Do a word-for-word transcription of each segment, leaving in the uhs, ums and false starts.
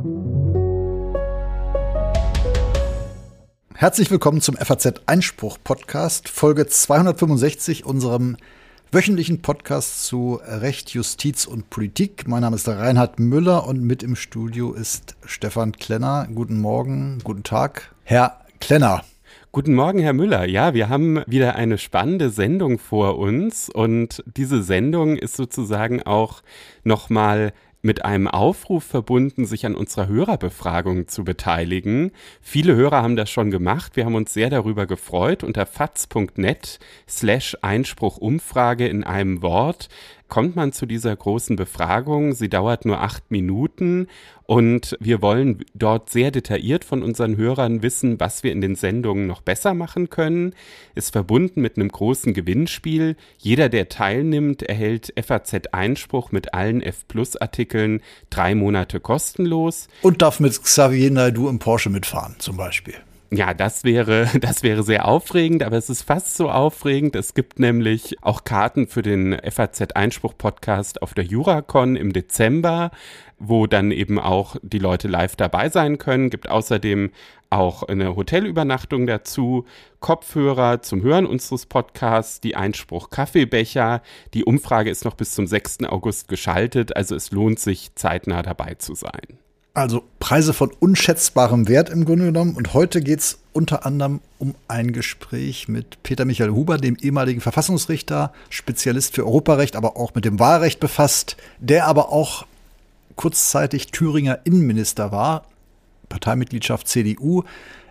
Herzlich willkommen zum F A Z-Einspruch-Podcast, Folge zweihundertfünfundsechzig, unserem wöchentlichen Podcast zu Recht, Justiz und Politik. Mein Name ist Reinhard Müller und mit im Studio ist Stefan Klenner. Guten Morgen, guten Tag, Herr Klenner. Guten Morgen, Herr Müller. Ja, wir haben wieder eine spannende Sendung vor uns und diese Sendung ist sozusagen auch nochmal mit einem Aufruf verbunden, sich an unserer Hörerbefragung zu beteiligen. Viele Hörer haben das schon gemacht. Wir haben uns sehr darüber gefreut. Unter faz.net slash Einspruch-Umfrage in einem Wort kommt man zu dieser großen Befragung. Sie dauert nur acht Minuten und wir wollen dort sehr detailliert von unseren Hörern wissen, was wir in den Sendungen noch besser machen können. Ist verbunden mit einem großen Gewinnspiel. Jeder, der teilnimmt, erhält F A Z-Einspruch mit allen F-Plus-Artikeln drei Monate kostenlos. Und darf mit Xavier Naidoo im Porsche mitfahren, zum Beispiel. Ja, das wäre, das wäre sehr aufregend, aber es ist fast so aufregend. Es gibt nämlich auch Karten für den F A Z-Einspruch-Podcast auf der Juracon im Dezember, wo dann eben auch die Leute live dabei sein können. Gibt außerdem auch eine Hotelübernachtung dazu, Kopfhörer zum Hören unseres Podcasts, die Einspruch-Kaffeebecher. Die Umfrage ist noch bis zum sechsten August geschaltet, also es lohnt sich, zeitnah dabei zu sein. Also Preise von unschätzbarem Wert im Grunde genommen. Und heute geht es unter anderem um ein Gespräch mit Peter Michael Huber, dem ehemaligen Verfassungsrichter, Spezialist für Europarecht, aber auch mit dem Wahlrecht befasst, der aber auch kurzzeitig Thüringer Innenminister war, Parteimitgliedschaft C D U,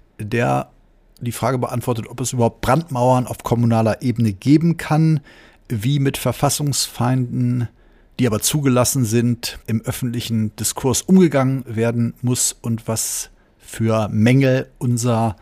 der die Frage beantwortet, ob es überhaupt Brandmauern auf kommunaler Ebene geben kann, wie mit Verfassungsfeinden, die aber zugelassen sind, im öffentlichen Diskurs umgegangen werden muss und was für Mängel unser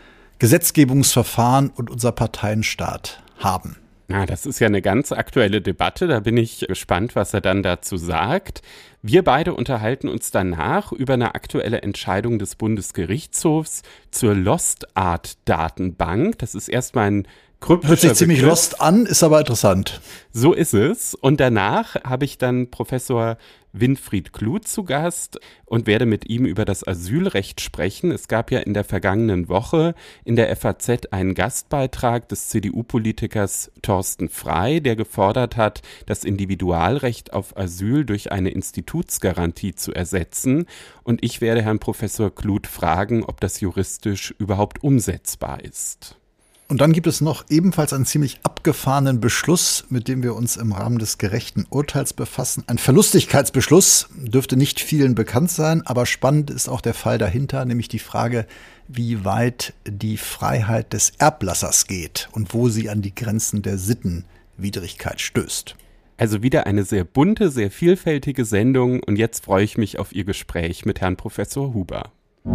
Gesetzgebungsverfahren und unser Parteienstaat haben. Ja, das ist ja eine ganz aktuelle Debatte, da bin ich gespannt, was er dann dazu sagt. Wir beide unterhalten uns danach über eine aktuelle Entscheidung des Bundesgerichtshofs zur Lost Art Datenbank. Das ist erstmal ein Hört sich ziemlich Begriff. Lost an, ist aber interessant. So ist es. Und danach habe ich dann Professor Winfried Kluth zu Gast und werde mit ihm über das Asylrecht sprechen. Es gab ja in der vergangenen Woche in der F A Z einen Gastbeitrag des C D U-Politikers Thorsten Frey, der gefordert hat, das Individualrecht auf Asyl durch eine Institutsgarantie zu ersetzen. Und ich werde Herrn Professor Kluth fragen, ob das juristisch überhaupt umsetzbar ist. Und dann gibt es noch ebenfalls einen ziemlich abgefahrenen Beschluss, mit dem wir uns im Rahmen des gerechten Urteils befassen. Ein Verlustigkeitsbeschluss, dürfte nicht vielen bekannt sein, aber spannend ist auch der Fall dahinter, nämlich die Frage, wie weit die Freiheit des Erblassers geht und wo sie an die Grenzen der Sittenwidrigkeit stößt. Also wieder eine sehr bunte, sehr vielfältige Sendung und jetzt freue ich mich auf Ihr Gespräch mit Herrn Professor Huber.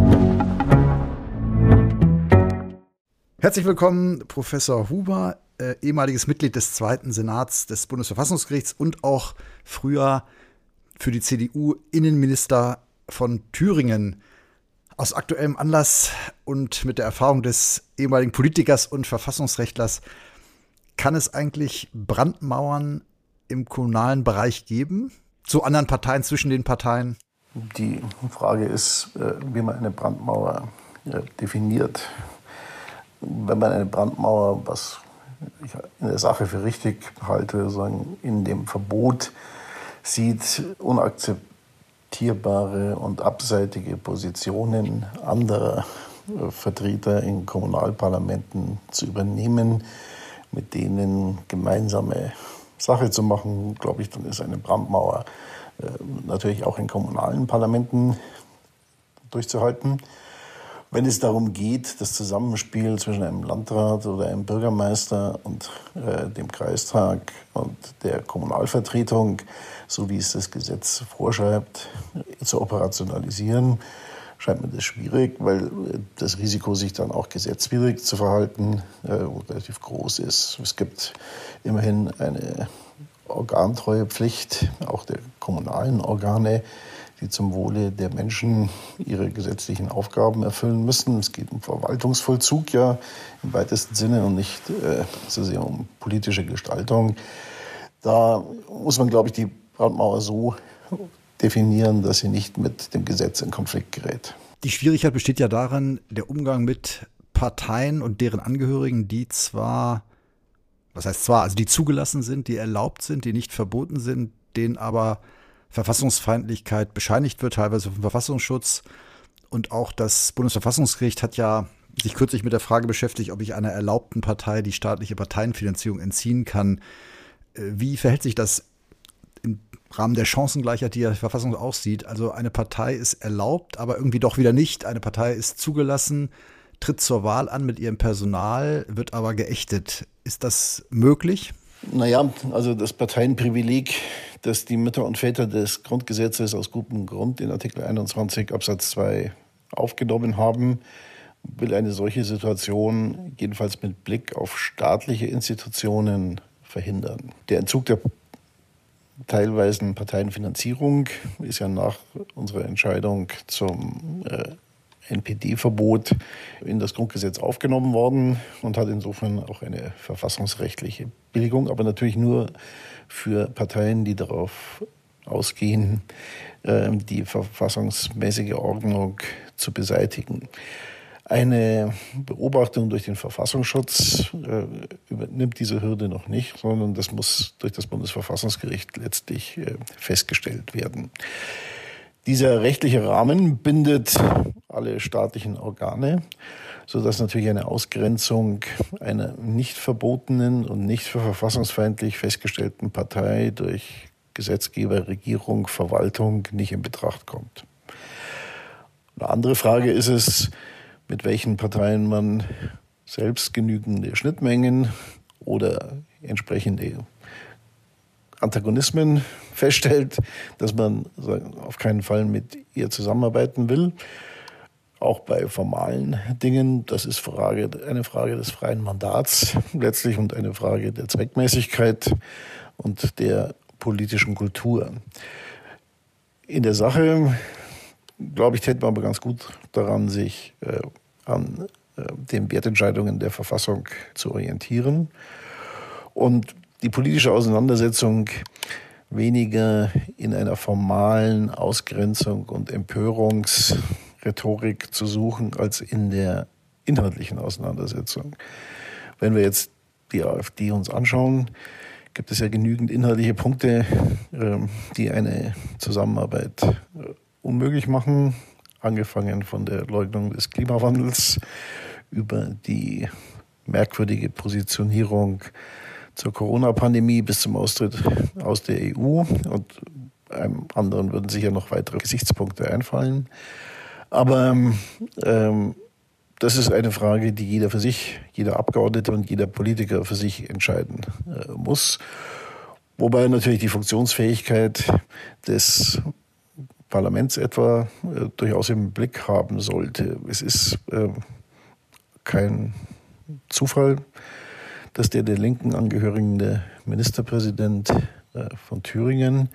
Herzlich willkommen, Professor Huber, äh, ehemaliges Mitglied des zweiten Senats des Bundesverfassungsgerichts und auch früher für die C D U Innenminister von Thüringen. Aus aktuellem Anlass und mit der Erfahrung des ehemaligen Politikers und Verfassungsrechtlers, kann es eigentlich Brandmauern im kommunalen Bereich geben? Zu anderen Parteien, zwischen den Parteien? Die Frage ist, wie man eine Brandmauer definiert. Wenn man eine Brandmauer, was ich in der Sache für richtig halte, sagen, in dem Verbot sieht, unakzeptierbare und abseitige Positionen anderer Vertreter in Kommunalparlamenten zu übernehmen, mit denen gemeinsame Sache zu machen, glaube ich, dann ist eine Brandmauer äh, natürlich auch in kommunalen Parlamenten durchzuhalten. Wenn es darum geht, das Zusammenspiel zwischen einem Landrat oder einem Bürgermeister und äh, dem Kreistag und der Kommunalvertretung, so wie es das Gesetz vorschreibt, äh, zu operationalisieren, scheint mir das schwierig, weil äh, das Risiko, sich dann auch gesetzwidrig zu verhalten, äh, relativ groß ist. Es gibt immerhin eine Organtreuepflicht, auch der kommunalen Organe, die zum Wohle der Menschen ihre gesetzlichen Aufgaben erfüllen müssen. Es geht um Verwaltungsvollzug ja im weitesten Sinne und nicht äh, so sehr um politische Gestaltung. Da muss man, glaube ich, die Brandmauer so definieren, dass sie nicht mit dem Gesetz in Konflikt gerät. Die Schwierigkeit besteht ja darin, der Umgang mit Parteien und deren Angehörigen, die zwar, was heißt zwar, also die zugelassen sind, die erlaubt sind, die nicht verboten sind, denen aber Verfassungsfeindlichkeit bescheinigt wird, teilweise vom Verfassungsschutz. Und auch das Bundesverfassungsgericht hat ja sich kürzlich mit der Frage beschäftigt, ob ich einer erlaubten Partei die staatliche Parteienfinanzierung entziehen kann. Wie verhält sich das im Rahmen der Chancengleichheit, die ja die Verfassung aussieht? Also eine Partei ist erlaubt, aber irgendwie doch wieder nicht. Eine Partei ist zugelassen, tritt zur Wahl an mit ihrem Personal, wird aber geächtet. Ist das möglich? Naja, also das Parteienprivileg, das die Mütter und Väter des Grundgesetzes aus gutem Grund in Artikel einundzwanzig Absatz zwei aufgenommen haben, will eine solche Situation jedenfalls mit Blick auf staatliche Institutionen verhindern. Der Entzug der teilweisen Parteienfinanzierung ist ja nach unserer Entscheidung zum äh, N P D-Verbot in das Grundgesetz aufgenommen worden und hat insofern auch eine verfassungsrechtliche Billigung, aber natürlich nur für Parteien, die darauf ausgehen, äh, die verfassungsmäßige Ordnung zu beseitigen. Eine Beobachtung durch den Verfassungsschutz äh, übernimmt diese Hürde noch nicht, sondern das muss durch das Bundesverfassungsgericht letztlich äh, festgestellt werden. Dieser rechtliche Rahmen bindet alle staatlichen Organe, sodass natürlich eine Ausgrenzung einer nicht verbotenen und nicht für verfassungsfeindlich festgestellten Partei durch Gesetzgeber, Regierung, Verwaltung nicht in Betracht kommt. Eine andere Frage ist es, mit welchen Parteien man selbst genügende Schnittmengen oder entsprechende Antagonismen feststellt, dass man auf keinen Fall mit ihr zusammenarbeiten will. Auch bei formalen Dingen, das ist Frage, eine Frage des freien Mandats letztlich und eine Frage der Zweckmäßigkeit und der politischen Kultur. In der Sache, glaube ich, täte man aber ganz gut daran, sich äh, an äh, den Wertentscheidungen der Verfassung zu orientieren und die politische Auseinandersetzung weniger in einer formalen Ausgrenzung und Empörungsrhetorik zu suchen, als in der inhaltlichen Auseinandersetzung. Wenn wir jetzt die AfD uns anschauen, gibt es ja genügend inhaltliche Punkte, die eine Zusammenarbeit unmöglich machen, angefangen von der Leugnung des Klimawandels über die merkwürdige Positionierung zur Corona-Pandemie bis zum Austritt aus der E U, und einem anderen würden sicher noch weitere Gesichtspunkte einfallen. Aber ähm, das ist eine Frage, die jeder für sich, jeder Abgeordnete und jeder Politiker für sich entscheiden äh, muss. Wobei natürlich die Funktionsfähigkeit des Parlaments etwa äh, durchaus im Blick haben sollte. Es ist äh, kein Zufall, dass der der Linken angehörige Ministerpräsident äh, von Thüringen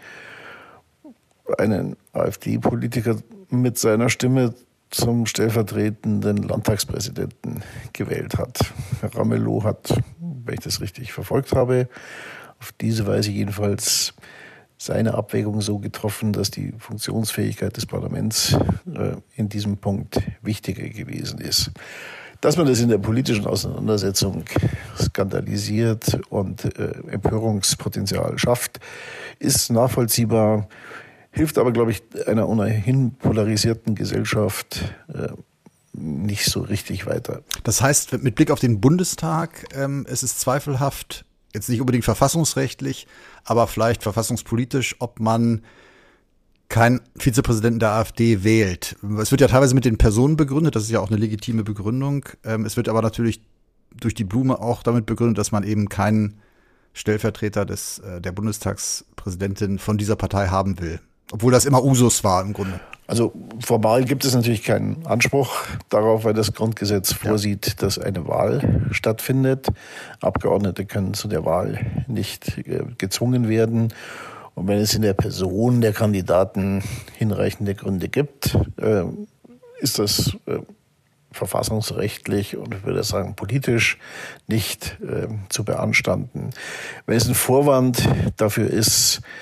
einen AfD-Politiker mit seiner Stimme zum stellvertretenden Landtagspräsidenten gewählt hat. Herr Ramelow hat, wenn ich das richtig verfolgt habe, auf diese Weise jedenfalls seine Abwägung so getroffen, dass die Funktionsfähigkeit des Parlaments äh, in diesem Punkt wichtiger gewesen ist. Dass man das in der politischen Auseinandersetzung skandalisiert und äh, Empörungspotenzial schafft, ist nachvollziehbar, hilft aber, glaube ich, einer ohnehin polarisierten Gesellschaft äh, nicht so richtig weiter. Das heißt, mit Blick auf den Bundestag, ähm, es ist zweifelhaft, jetzt nicht unbedingt verfassungsrechtlich, aber vielleicht verfassungspolitisch, ob man keinen Vizepräsidenten der AfD wählt. Es wird ja teilweise mit den Personen begründet, das ist ja auch eine legitime Begründung. Ähm, es wird aber natürlich durch die Blume auch damit begründet, dass man eben keinen Stellvertreter des, äh, der Bundestagspräsidentin von dieser Partei haben will. Obwohl das immer Usus war im Grunde. Also formal gibt es natürlich keinen Anspruch darauf, weil das Grundgesetz vorsieht, ja, dass eine Wahl stattfindet. Abgeordnete können zu der Wahl nicht äh, gezwungen werden. Und wenn es in der Person der Kandidaten hinreichende Gründe gibt, äh, ist das äh, verfassungsrechtlich und ich würde sagen politisch nicht äh, zu beanstanden. Wenn es ein Vorwand dafür ist,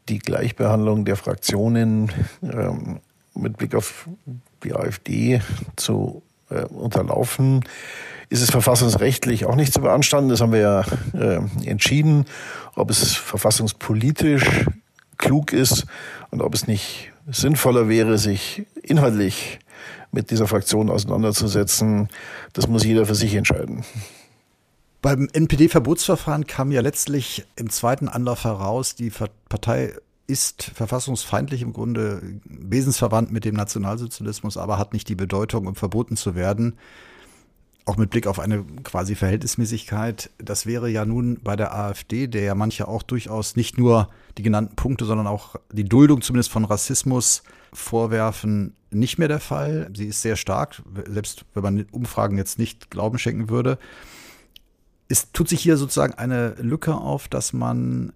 die Gleichbehandlung der Fraktionen ähm, mit Blick auf die AfD zu äh, unterlaufen. Ist es verfassungsrechtlich auch nicht zu beanstanden. Das haben wir ja äh, entschieden, ob es verfassungspolitisch klug ist und ob es nicht sinnvoller wäre, sich inhaltlich mit dieser Fraktion auseinanderzusetzen. Das muss jeder für sich entscheiden. Beim N P D-Verbotsverfahren kam ja letztlich im zweiten Anlauf heraus, die Partei ist verfassungsfeindlich, im Grunde wesensverwandt mit dem Nationalsozialismus, aber hat nicht die Bedeutung, um verboten zu werden. Auch mit Blick auf eine quasi Verhältnismäßigkeit. Das wäre ja nun bei der AfD, der ja manche auch durchaus nicht nur die genannten Punkte, sondern auch die Duldung zumindest von Rassismus vorwerfen, nicht mehr der Fall. Sie ist sehr stark, selbst wenn man Umfragen jetzt nicht Glauben schenken würde. Es tut sich hier sozusagen eine Lücke auf, dass man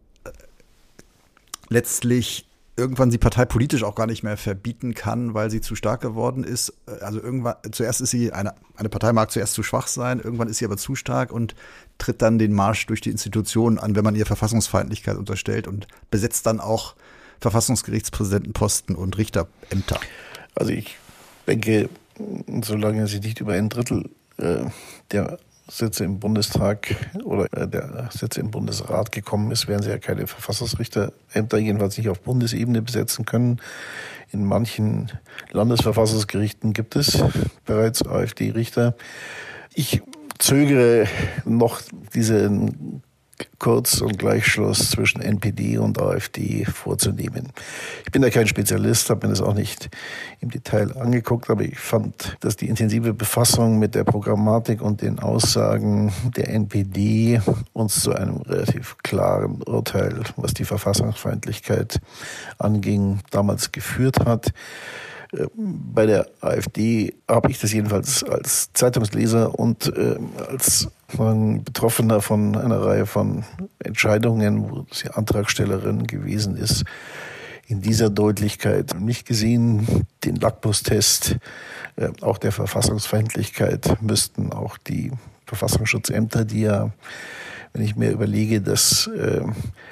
letztlich irgendwann die Partei politisch auch gar nicht mehr verbieten kann, weil sie zu stark geworden ist. Also irgendwann, zuerst ist sie, eine, eine Partei mag zuerst zu schwach sein, irgendwann ist sie aber zu stark und tritt dann den Marsch durch die Institutionen an, wenn man ihr Verfassungsfeindlichkeit unterstellt und besetzt dann auch Verfassungsgerichtspräsidentenposten und Richterämter. Also ich denke, solange sie nicht über ein Drittel äh, der Sitze im Bundestag oder der Sitze im Bundesrat gekommen ist, werden sie ja keine Verfassungsrichterämter, jedenfalls nicht auf Bundesebene besetzen können. In manchen Landesverfassungsgerichten gibt es bereits AfD-Richter. Ich zögere noch diesen Kurz- und Gleichschluss zwischen N P D und AfD vorzunehmen. Ich bin da kein Spezialist, habe mir das auch nicht im Detail angeguckt, aber ich fand, dass die intensive Befassung mit der Programmatik und den Aussagen der N P D uns zu einem relativ klaren Urteil, was die Verfassungsfeindlichkeit anging, damals geführt hat. Bei der AfD habe ich das jedenfalls als Zeitungsleser und äh, als Betroffener von einer Reihe von Entscheidungen, wo sie Antragstellerin gewesen ist, in dieser Deutlichkeit nicht gesehen. Den Lackmustest äh, auch der Verfassungsfeindlichkeit müssten auch die Verfassungsschutzämter, die ja, wenn ich mir überlege, dass, äh,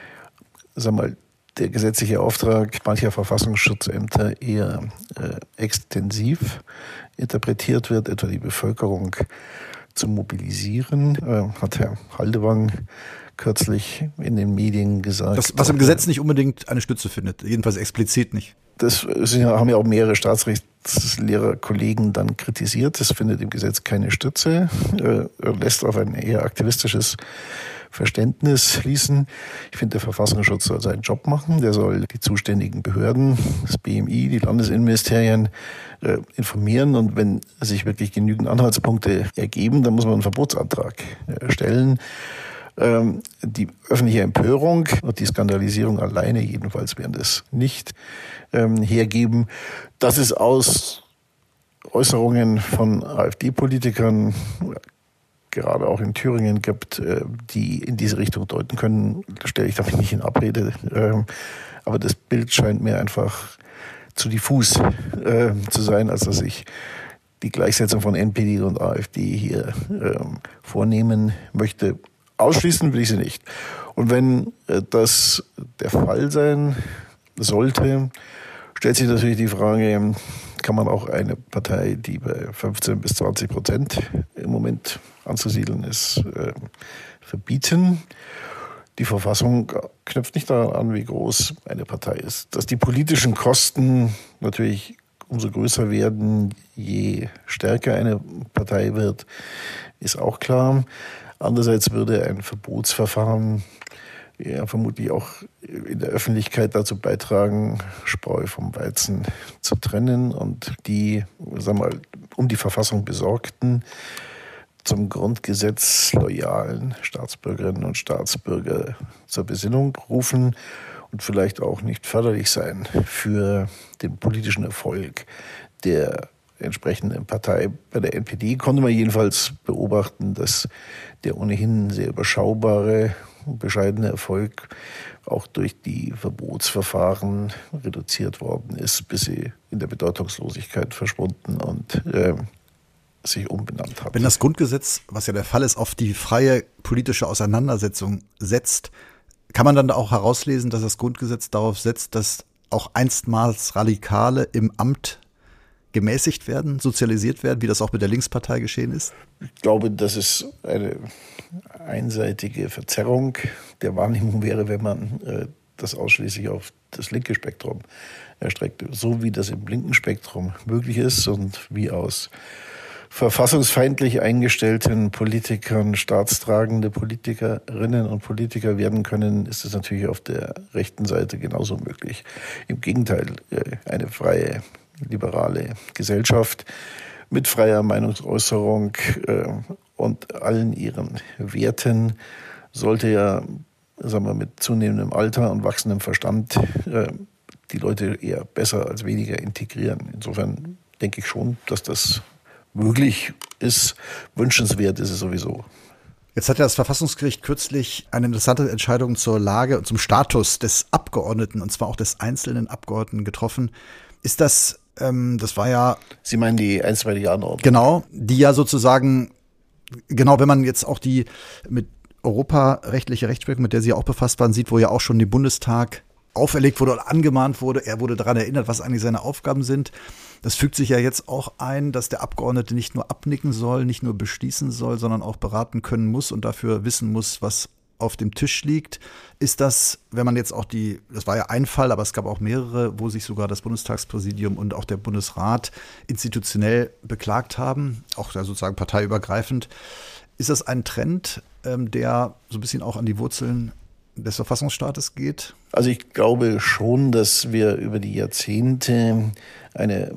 sag mal, der gesetzliche Auftrag mancher Verfassungsschutzämter eher äh, extensiv interpretiert wird, etwa die Bevölkerung zu mobilisieren, äh, hat Herr Haldewang kürzlich in den Medien gesagt. Das, was im Gesetz nicht unbedingt eine Stütze findet, jedenfalls explizit nicht. Das haben ja auch mehrere Staatsrechtslehrerkollegen dann kritisiert. Das findet im Gesetz keine Stütze, äh, lässt auf ein eher aktivistisches Verständnis schließen. Ich finde, der Verfassungsschutz soll seinen Job machen. Der soll die zuständigen Behörden, das B M I, die Landesinnenministerien äh, informieren. Und wenn sich wirklich genügend Anhaltspunkte ergeben, dann muss man einen Verbotsantrag äh, stellen. Ähm, die öffentliche Empörung und die Skandalisierung alleine jedenfalls werden das nicht ähm, hergeben. Dass es aus Äußerungen von AfD-Politikern gerade auch in Thüringen gibt, die in diese Richtung deuten können, stelle ich damit nicht in Abrede. Aber das Bild scheint mir einfach zu diffus zu sein, als dass ich die Gleichsetzung von N P D und AfD hier vornehmen möchte. Ausschließen will ich sie nicht. Und wenn das der Fall sein sollte, stellt sich natürlich die Frage, kann man auch eine Partei, die bei fünfzehn bis zwanzig Prozent im Moment anzusiedeln ist, äh, verbieten. Die Verfassung knüpft nicht daran an, wie groß eine Partei ist. Dass die politischen Kosten natürlich umso größer werden, je stärker eine Partei wird, ist auch klar. Andererseits würde ein Verbotsverfahren ja vermutlich auch in der Öffentlichkeit dazu beitragen, Spreu vom Weizen zu trennen und die, sagen wir mal, um die Verfassung besorgten, zum Grundgesetz loyalen Staatsbürgerinnen und Staatsbürger zur Besinnung rufen und vielleicht auch nicht förderlich sein für den politischen Erfolg der entsprechenden Partei. Bei der N P D konnte man jedenfalls beobachten, dass der ohnehin sehr überschaubare und bescheidene Erfolg auch durch die Verbotsverfahren reduziert worden ist, bis sie in der Bedeutungslosigkeit verschwunden und äh, sich umbenannt hat. Wenn das Grundgesetz, was ja der Fall ist, auf die freie politische Auseinandersetzung setzt, Kann man dann auch herauslesen, dass das Grundgesetz darauf setzt, dass auch einstmals Radikale im Amt gemäßigt werden, sozialisiert werden, wie das auch mit der Linkspartei geschehen ist? Ich glaube, dass es eine einseitige Verzerrung der Wahrnehmung wäre, wenn man äh, das ausschließlich auf das linke Spektrum erstreckt. So wie das im linken Spektrum möglich ist und wie aus verfassungsfeindlich eingestellten Politikern staatstragende Politikerinnen und Politiker werden können, ist es natürlich auf der rechten Seite genauso möglich. Im Gegenteil, eine freie, liberale Gesellschaft mit freier Meinungsäußerung und allen ihren Werten sollte ja, sagen wir, mit zunehmendem Alter und wachsendem Verstand die Leute eher besser als weniger integrieren. Insofern denke ich schon, dass das möglich ist. Wünschenswert ist es sowieso. Jetzt hat ja das Verfassungsgericht kürzlich eine interessante Entscheidung zur Lage und zum Status des Abgeordneten, und zwar auch des einzelnen Abgeordneten, getroffen. Ist das, ähm, das war ja... Sie meinen die einstweilige Anordnung? Genau, die ja sozusagen, genau, wenn man jetzt auch die mit europarechtliche Rechtsprechung, mit der Sie auch befasst waren, sieht, wo ja auch schon dem Bundestag auferlegt wurde oder angemahnt wurde, er wurde daran erinnert, was eigentlich seine Aufgaben sind. Das fügt sich ja jetzt auch ein, dass der Abgeordnete nicht nur abnicken soll, nicht nur beschließen soll, sondern auch beraten können muss und dafür wissen muss, was auf dem Tisch liegt. Ist das, wenn man jetzt auch die, das war ja ein Fall, aber es gab auch mehrere, wo sich sogar das Bundestagspräsidium und auch der Bundesrat institutionell beklagt haben, auch sozusagen parteiübergreifend. Ist das ein Trend, ähm, der so ein bisschen auch an die Wurzeln des Verfassungsstaates geht? Also ich glaube schon, dass wir über die Jahrzehnte eine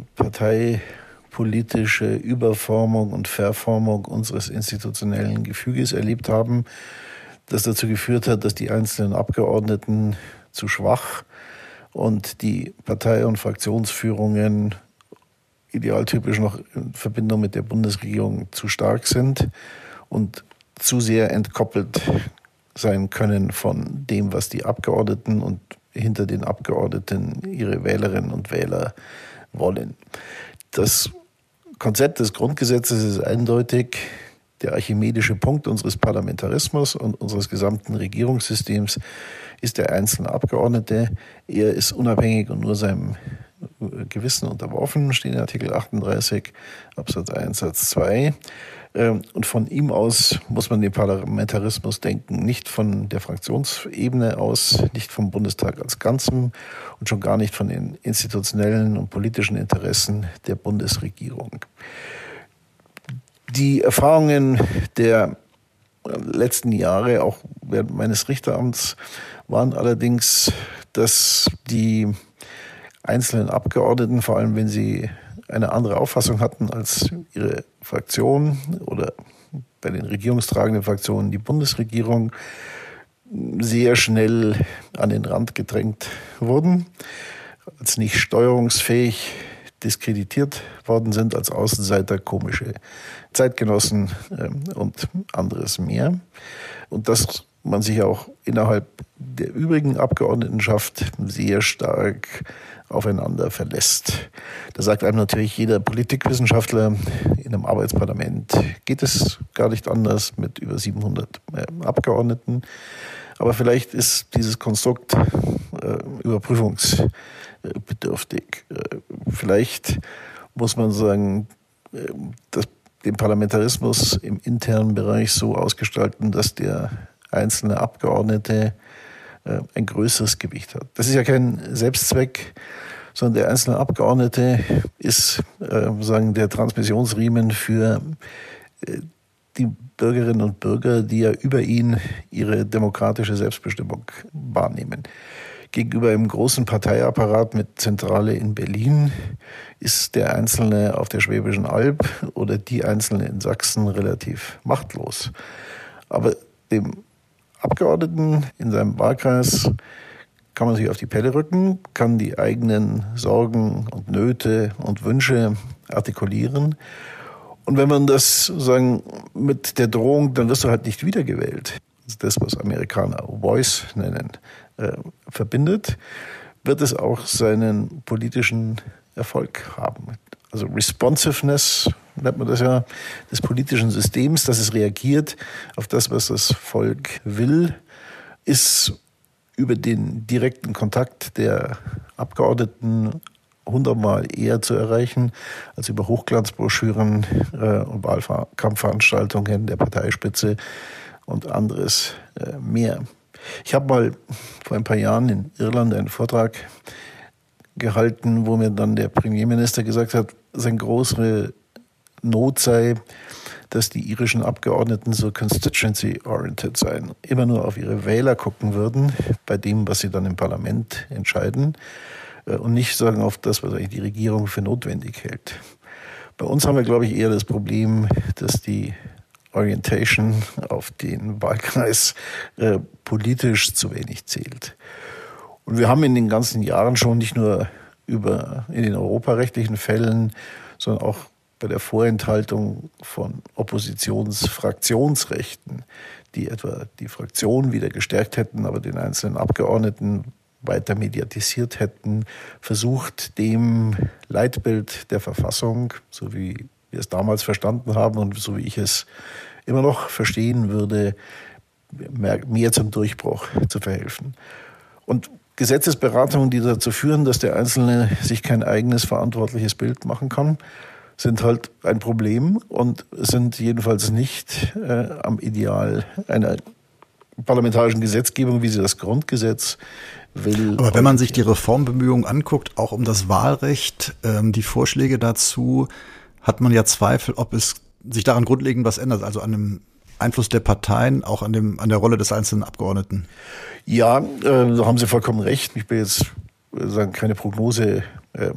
parteipolitische Überformung und Verformung unseres institutionellen Gefüges erlebt haben, das dazu geführt hat, dass die einzelnen Abgeordneten zu schwach und die Partei- und Fraktionsführungen idealtypisch noch in Verbindung mit der Bundesregierung zu stark sind und zu sehr entkoppelt sein können von dem, was die Abgeordneten und hinter den Abgeordneten ihre Wählerinnen und Wähler wollen. Das Konzept des Grundgesetzes ist eindeutig. Der archimedische Punkt unseres Parlamentarismus und unseres gesamten Regierungssystems ist der einzelne Abgeordnete. Er ist unabhängig und nur seinem Gewissen unterworfen, steht in Artikel achtunddreißig Absatz eins Satz zwei. Und von ihm aus muss man den Parlamentarismus denken, nicht von der Fraktionsebene aus, nicht vom Bundestag als Ganzem und schon gar nicht von den institutionellen und politischen Interessen der Bundesregierung. Die Erfahrungen der letzten Jahre, auch während meines Richteramts, waren allerdings, dass die einzelnen Abgeordneten, vor allem wenn sie eine andere Auffassung hatten als ihre Fraktion oder bei den regierungstragenden Fraktionen die Bundesregierung, sehr schnell an den Rand gedrängt wurden, als nicht steuerungsfähig diskreditiert worden sind, als Außenseiter, komische Zeitgenossen und anderes mehr. Und dass man sich auch innerhalb der übrigen Abgeordnetenschaft sehr stark aufeinander verlässt. Da sagt einem natürlich jeder Politikwissenschaftler, in einem Arbeitsparlament geht es gar nicht anders mit über siebenhundert äh, Abgeordneten. Aber vielleicht ist dieses Konstrukt äh, überprüfungsbedürftig. Äh, vielleicht muss man sagen, äh, das, den Parlamentarismus im internen Bereich so ausgestalten, dass der einzelne Abgeordnete äh, ein größeres Gewicht hat. Das ist ja kein Selbstzweck, sondern der einzelne Abgeordnete ist äh, sagen der Transmissionsriemen für äh, die Bürgerinnen und Bürger, die ja über ihn ihre demokratische Selbstbestimmung wahrnehmen. Gegenüber einem großen Parteiapparat mit Zentrale in Berlin ist der Einzelne auf der Schwäbischen Alb oder die Einzelne in Sachsen relativ machtlos. Aber dem Abgeordneten in seinem Wahlkreis kann man sich auf die Pelle rücken, kann die eigenen Sorgen und Nöte und Wünsche artikulieren. Und wenn man das sagen mit der Drohung, dann wirst du halt nicht wiedergewählt, das, was Amerikaner Voice nennen, äh, verbindet, wird es auch seinen politischen Erfolg haben. Also Responsiveness nennt man das ja, des politischen Systems, dass es reagiert auf das, was das Volk will, ist über den direkten Kontakt der Abgeordneten hundertmal eher zu erreichen als über Hochglanzbroschüren äh, und Wahlkampfveranstaltungen der Parteispitze und anderes äh, mehr. Ich habe mal vor ein paar Jahren in Irland einen Vortrag gehalten, wo mir dann der Premierminister gesagt hat, seine große Not sei, dass die irischen Abgeordneten so constituency-oriented seien, immer nur auf ihre Wähler gucken würden, bei dem, was sie dann im Parlament entscheiden, und nicht sagen auf das, was eigentlich die Regierung für notwendig hält. Bei uns haben wir, glaube ich, eher das Problem, dass die Orientation auf den Wahlkreis äh, politisch zu wenig zählt. Und wir haben in den ganzen Jahren schon nicht nur über in den europarechtlichen Fällen, sondern auch bei der Vorenthaltung von Oppositionsfraktionsrechten, die etwa die Fraktion wieder gestärkt hätten, aber den einzelnen Abgeordneten weiter mediatisiert hätten, versucht, dem Leitbild der Verfassung, so wie wir es damals verstanden haben und so wie ich es immer noch verstehen würde, mehr, mehr zum Durchbruch zu verhelfen. Und Gesetzesberatungen, die dazu führen, dass der Einzelne sich kein eigenes verantwortliches Bild machen kann, sind halt ein Problem und sind jedenfalls nicht äh, am Ideal einer parlamentarischen Gesetzgebung, wie sie das Grundgesetz will. Aber wenn man sich die Reformbemühungen anguckt, auch um das Wahlrecht, ähm, die Vorschläge dazu, hat man ja Zweifel, ob es sich daran grundlegend was ändert, also an dem Einfluss der Parteien, auch an dem an der Rolle des einzelnen Abgeordneten. Ja, äh, da haben Sie vollkommen recht. Ich will jetzt äh, sagen, keine Prognose äh,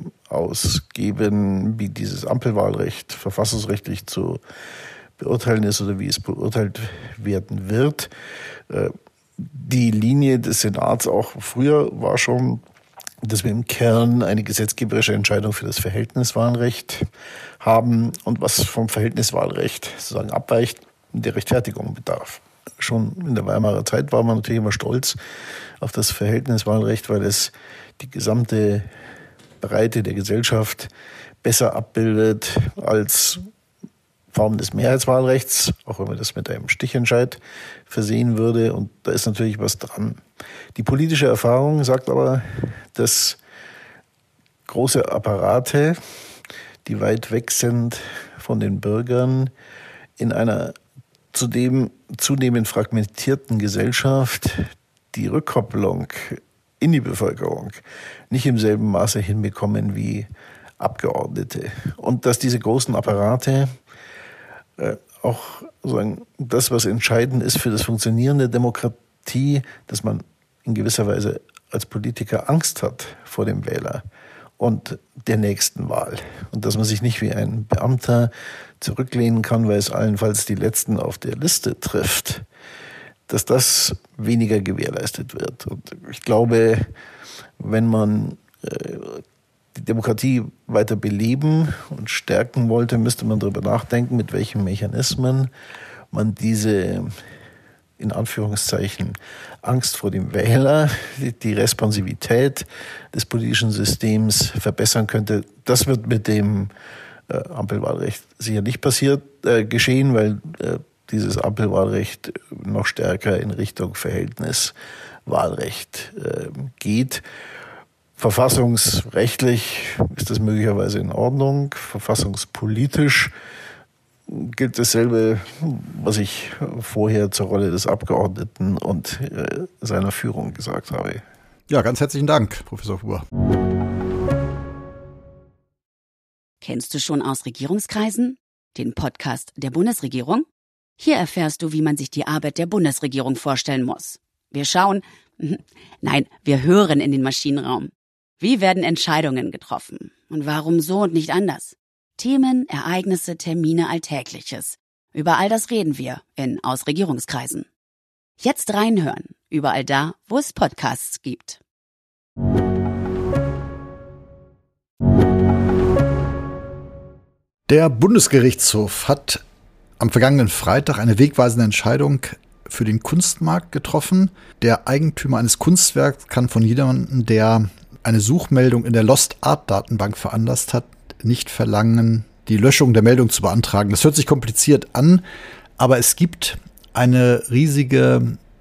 ausgeben, wie dieses Ampelwahlrecht verfassungsrechtlich zu beurteilen ist oder wie es beurteilt werden wird. Äh, die Linie des Senats auch früher war schon, dass wir im Kern eine gesetzgeberische Entscheidung für das Verhältniswahlrecht haben und was vom Verhältniswahlrecht sozusagen abweicht, der Rechtfertigung bedarf. Schon in der Weimarer Zeit war man natürlich immer stolz auf das Verhältniswahlrecht, weil es die gesamte Breite der Gesellschaft besser abbildet als Form des Mehrheitswahlrechts, auch wenn man das mit einem Stichentscheid versehen würde. Und da ist natürlich was dran. Die politische Erfahrung sagt aber, dass große Apparate, die weit weg sind von den Bürgern, in einer zudem zunehmend fragmentierten Gesellschaft die Rückkopplung in die Bevölkerung nicht im selben Maße hinbekommen wie Abgeordnete. Und dass diese großen Apparate äh, auch sagen, das, was entscheidend ist für das Funktionieren der Demokratie, dass man in gewisser Weise als Politiker Angst hat vor dem Wähler und der nächsten Wahl. Und dass man sich nicht wie ein Beamter zurücklehnen kann, weil es allenfalls die Letzten auf der Liste trifft, dass das weniger gewährleistet wird. Und ich glaube, wenn man äh, die Demokratie weiter beleben und stärken wollte, müsste man darüber nachdenken, mit welchen Mechanismen man diese, in Anführungszeichen, Angst vor dem Wähler, die Responsivität des politischen Systems verbessern könnte. Das wird mit dem äh, Ampelwahlrecht sicher nicht passiert, äh, geschehen, weil äh, dieses Ampelwahlrecht noch stärker in Richtung Verhältniswahlrecht äh, geht. Verfassungsrechtlich ist das möglicherweise in Ordnung. Verfassungspolitisch gilt dasselbe, was ich vorher zur Rolle des Abgeordneten und äh, seiner Führung gesagt habe. Ja, ganz herzlichen Dank, Professor Huber. Kennst du schon aus Regierungskreisen den Podcast der Bundesregierung? Hier erfährst du, wie man sich die Arbeit der Bundesregierung vorstellen muss. Wir schauen, nein, wir hören in den Maschinenraum. Wie werden Entscheidungen getroffen? Und warum so und nicht anders? Themen, Ereignisse, Termine, Alltägliches. Über all das reden wir in Aus Regierungskreisen. Jetzt reinhören, überall da, wo es Podcasts gibt. Der Bundesgerichtshof hat am vergangenen Freitag eine wegweisende Entscheidung für den Kunstmarkt getroffen. Der Eigentümer eines Kunstwerks kann von jemandem, der eine Suchmeldung in der Lost Art Datenbank veranlasst hat, nicht verlangen, die Löschung der Meldung zu beantragen. Das hört sich kompliziert an, aber es gibt eine riesige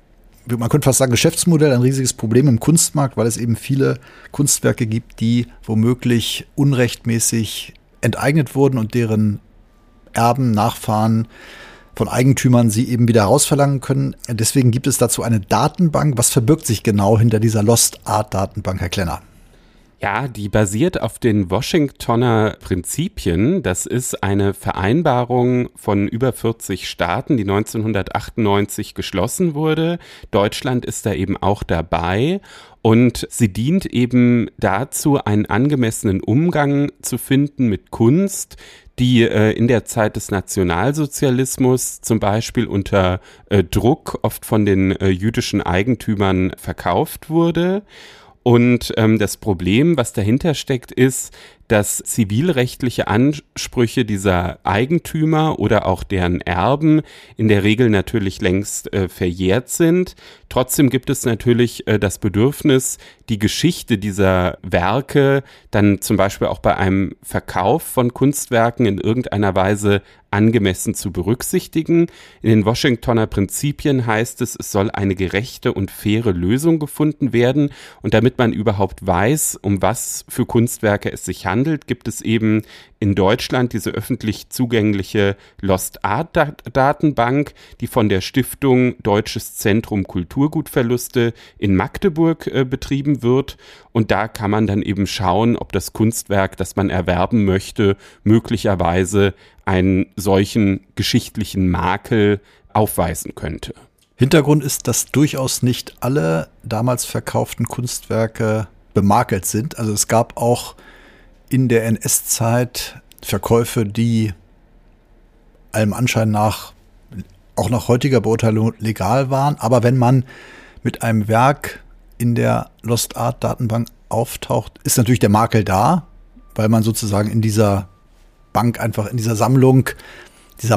man könnte fast sagen, Geschäftsmodell, ein riesiges Problem im Kunstmarkt, weil es eben viele Kunstwerke gibt, die womöglich unrechtmäßig enteignet wurden und deren Erben, Nachfahren von Eigentümern sie eben wieder herausverlangen können. Deswegen gibt es dazu eine Datenbank. Was verbirgt sich genau hinter dieser Lost Art Datenbank, Herr Klenner? Ja, die basiert auf den Washingtoner Prinzipien. Das ist eine Vereinbarung von über vierzig Staaten, die neunzehnhundertachtundneunzig geschlossen wurde. Deutschland ist da eben auch dabei. Und sie dient eben dazu, einen angemessenen Umgang zu finden mit Kunst, die äh, in der Zeit des Nationalsozialismus zum Beispiel unter äh, Druck oft von den äh, jüdischen Eigentümern verkauft wurde. Und ähm, das Problem, was dahinter steckt, ist, dass zivilrechtliche Ansprüche dieser Eigentümer oder auch deren Erben in der Regel natürlich längst äh, verjährt sind. Trotzdem gibt es natürlich äh, das Bedürfnis, die Geschichte dieser Werke dann zum Beispiel auch bei einem Verkauf von Kunstwerken in irgendeiner Weise angemessen zu berücksichtigen. In den Washingtoner Prinzipien heißt es, es soll eine gerechte und faire Lösung gefunden werden. Und damit man überhaupt weiß, um was für Kunstwerke es sich handelt, gibt es eben in Deutschland diese öffentlich zugängliche Lost Art Datenbank, die von der Stiftung Deutsches Zentrum Kulturgutverluste in Magdeburg äh, betrieben wird. Und da kann man dann eben schauen, ob das Kunstwerk, das man erwerben möchte, möglicherweise einen solchen geschichtlichen Makel aufweisen könnte. Hintergrund ist, dass durchaus nicht alle damals verkauften Kunstwerke bemakelt sind. Also es gab auch in der N S-Zeit Verkäufe, die allem Anschein nach auch nach heutiger Beurteilung legal waren. Aber wenn man mit einem Werk in der Lost Art Datenbank auftaucht, ist natürlich der Makel da, weil man sozusagen in dieser Bank einfach in dieser Sammlung, dieser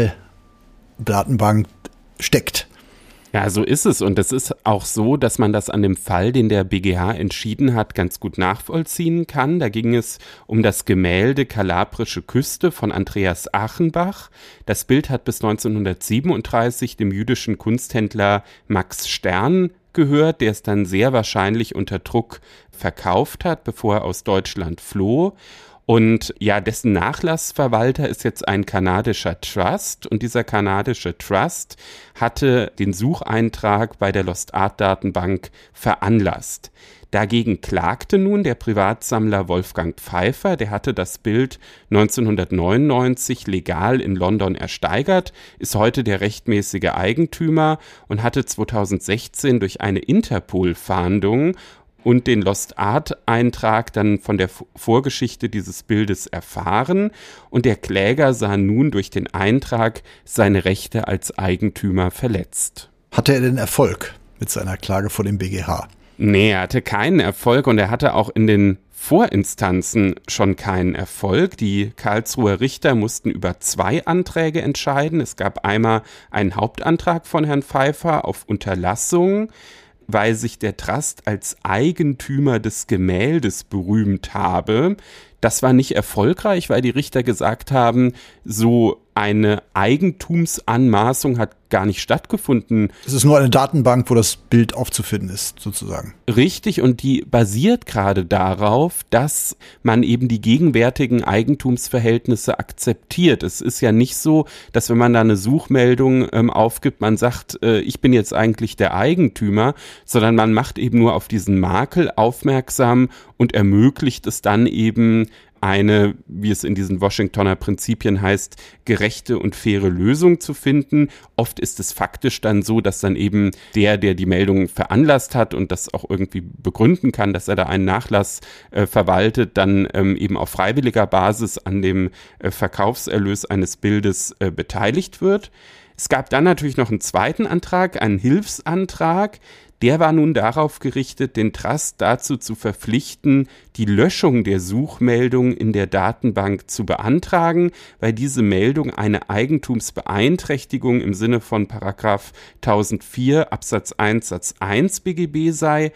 Makel-Datenbank steckt. Ja, so ist es. Und es ist auch so, dass man das an dem Fall, den der B G H entschieden hat, ganz gut nachvollziehen kann. Da ging es um das Gemälde Kalabrische Küste von Andreas Achenbach. Das Bild hat bis neunzehnhundertsiebenunddreißig dem jüdischen Kunsthändler Max Stern gehört, der es dann sehr wahrscheinlich unter Druck verkauft hat, bevor er aus Deutschland floh. Und ja, dessen Nachlassverwalter ist jetzt ein kanadischer Trust und dieser kanadische Trust hatte den Sucheintrag bei der Lost Art Datenbank veranlasst. Dagegen klagte nun der Privatsammler Wolfgang Pfeiffer, der hatte das Bild neunzehnhundertneunundneunzig legal in London ersteigert, ist heute der rechtmäßige Eigentümer und hatte zweitausendsechzehn durch eine Interpol-Fahndung und den Lost Art Eintrag dann von der Vorgeschichte dieses Bildes erfahren und der Kläger sah nun durch den Eintrag seine Rechte als Eigentümer verletzt. Hatte er denn Erfolg mit seiner Klage vor dem B G H? Nee, er hatte keinen Erfolg und er hatte auch in den Vorinstanzen schon keinen Erfolg. Die Karlsruher Richter mussten über zwei Anträge entscheiden. Es gab einmal einen Hauptantrag von Herrn Pfeiffer auf Unterlassung, weil sich der Trust als Eigentümer des Gemäldes berühmt habe. Das war nicht erfolgreich, weil die Richter gesagt haben, so eine Eigentumsanmaßung hat gar nicht stattgefunden. Es ist nur eine Datenbank, wo das Bild aufzufinden ist, sozusagen. Richtig, und die basiert gerade darauf, dass man eben die gegenwärtigen Eigentumsverhältnisse akzeptiert. Es ist ja nicht so, dass wenn man da eine Suchmeldung ähm, aufgibt, man sagt, äh, ich bin jetzt eigentlich der Eigentümer, sondern man macht eben nur auf diesen Makel aufmerksam und ermöglicht es dann eben, eine, wie es in diesen Washingtoner Prinzipien heißt, gerechte und faire Lösung zu finden. Oft ist es faktisch dann so, dass dann eben der, der die Meldung veranlasst hat und das auch irgendwie begründen kann, dass er da einen Nachlass äh, verwaltet, dann ähm, eben auf freiwilliger Basis an dem äh, Verkaufserlös eines Bildes äh, beteiligt wird. Es gab dann natürlich noch einen zweiten Antrag, einen Hilfsantrag. Der war nun darauf gerichtet, den Trust dazu zu verpflichten, die Löschung der Suchmeldung in der Datenbank zu beantragen, weil diese Meldung eine Eigentumsbeeinträchtigung im Sinne von Paragraph tausendvier Absatz eins Satz eins B G B sei.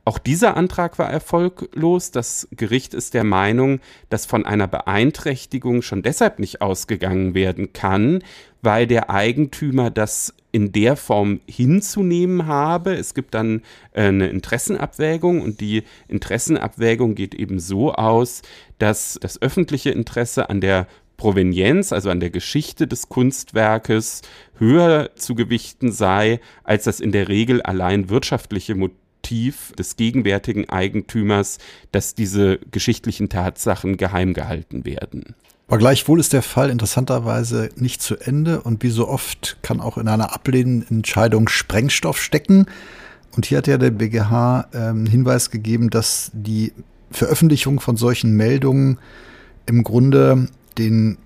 Auch dieser Antrag war erfolglos. Das Gericht ist der Meinung, dass von einer Beeinträchtigung schon deshalb nicht ausgegangen werden kann, weil der Eigentümer das in der Form hinzunehmen habe. Es gibt dann äh, eine Interessenabwägung und die Interessenabwägung geht eben so aus, dass das öffentliche Interesse an der Provenienz, also an der Geschichte des Kunstwerkes, höher zu gewichten sei, als das in der Regel allein wirtschaftliche Motiv des gegenwärtigen Eigentümers, dass diese geschichtlichen Tatsachen geheim gehalten werden. Aber gleichwohl ist der Fall interessanterweise nicht zu Ende und wie so oft kann auch in einer ablehnenden Entscheidung Sprengstoff stecken. Und hier hat ja der B G H einen Hinweis gegeben, dass die Veröffentlichung von solchen Meldungen im Grunde den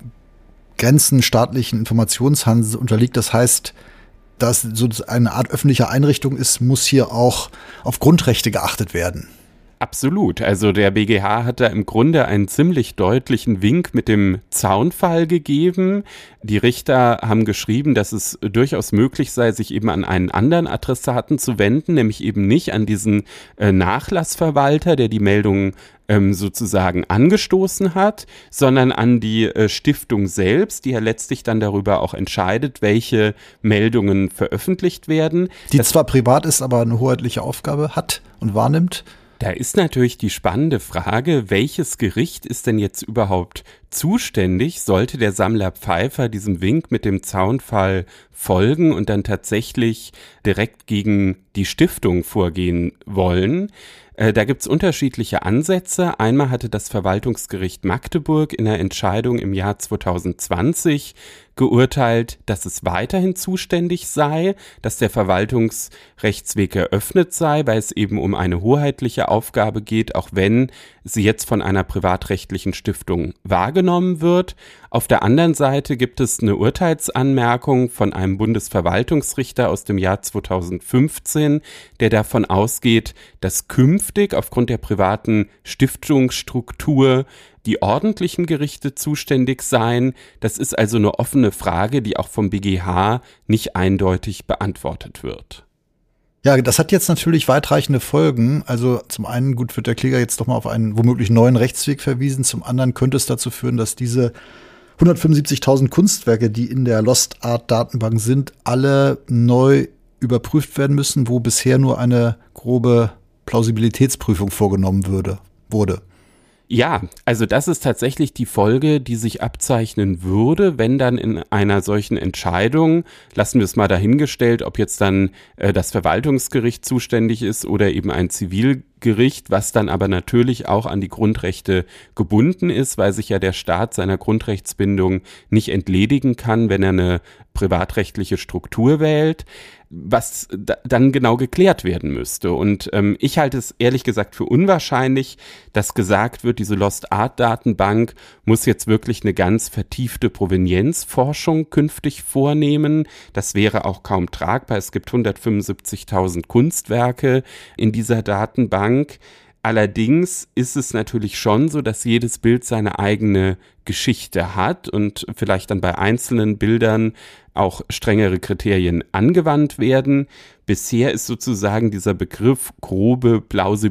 Grenzen staatlichen Informationshandels unterliegt. Das heißt, dass so eine Art öffentliche Einrichtung ist, muss hier auch auf Grundrechte geachtet werden. Absolut. Also der B G H hat da im Grunde einen ziemlich deutlichen Wink mit dem Zaunfall gegeben. Die Richter haben geschrieben, dass es durchaus möglich sei, sich eben an einen anderen Adressaten zu wenden, nämlich eben nicht an diesen äh, Nachlassverwalter, der die Meldungen ähm, sozusagen angestoßen hat, sondern an die äh, Stiftung selbst, die ja letztlich dann darüber auch entscheidet, welche Meldungen veröffentlicht werden. Die das zwar privat ist, aber eine hoheitliche Aufgabe hat und wahrnimmt. Da ist natürlich die spannende Frage, welches Gericht ist denn jetzt überhaupt zuständig? Sollte der Sammler Pfeiffer diesem Wink mit dem Zaunfall folgen und dann tatsächlich direkt gegen die Stiftung vorgehen wollen? Äh, da gibt's unterschiedliche Ansätze. Einmal hatte das Verwaltungsgericht Magdeburg in einer Entscheidung im Jahr zwanzig zwanzig geurteilt, dass es weiterhin zuständig sei, dass der Verwaltungsrechtsweg eröffnet sei, weil es eben um eine hoheitliche Aufgabe geht, auch wenn sie jetzt von einer privatrechtlichen Stiftung wahrgenommen wird. Auf der anderen Seite gibt es eine Urteilsanmerkung von einem Bundesverwaltungsrichter aus dem Jahr zwanzig fünfzehn, der davon ausgeht, dass künftig aufgrund der privaten Stiftungsstruktur die ordentlichen Gerichte zuständig seien. Das ist also eine offene Frage, die auch vom B G H nicht eindeutig beantwortet wird. Ja, das hat jetzt natürlich weitreichende Folgen. Also zum einen, gut, wird der Kläger jetzt doch mal auf einen womöglich neuen Rechtsweg verwiesen. Zum anderen könnte es dazu führen, dass diese hundertfünfundsiebzigtausend Kunstwerke, die in der Lost Art Datenbank sind, alle neu überprüft werden müssen, wo bisher nur eine grobe Plausibilitätsprüfung vorgenommen würde, wurde. Ja, also das ist tatsächlich die Folge, die sich abzeichnen würde, wenn dann in einer solchen Entscheidung, lassen wir es mal dahingestellt, ob jetzt dann äh, das Verwaltungsgericht zuständig ist oder eben ein Zivilgericht, was dann aber natürlich auch an die Grundrechte gebunden ist, weil sich ja der Staat seiner Grundrechtsbindung nicht entledigen kann, wenn er eine privatrechtliche Struktur wählt, was da, dann genau geklärt werden müsste. Und ähm, ich halte es ehrlich gesagt für unwahrscheinlich, dass gesagt wird, diese Lost Art Datenbank muss jetzt wirklich eine ganz vertiefte Provenienzforschung künftig vornehmen. Das wäre auch kaum tragbar. Es gibt hundertfünfundsiebzigtausend Kunstwerke in dieser Datenbank. Allerdings ist es natürlich schon so, dass jedes Bild seine eigene Geschichte hat und vielleicht dann bei einzelnen Bildern auch strengere Kriterien angewandt werden. Bisher ist sozusagen dieser Begriff grobe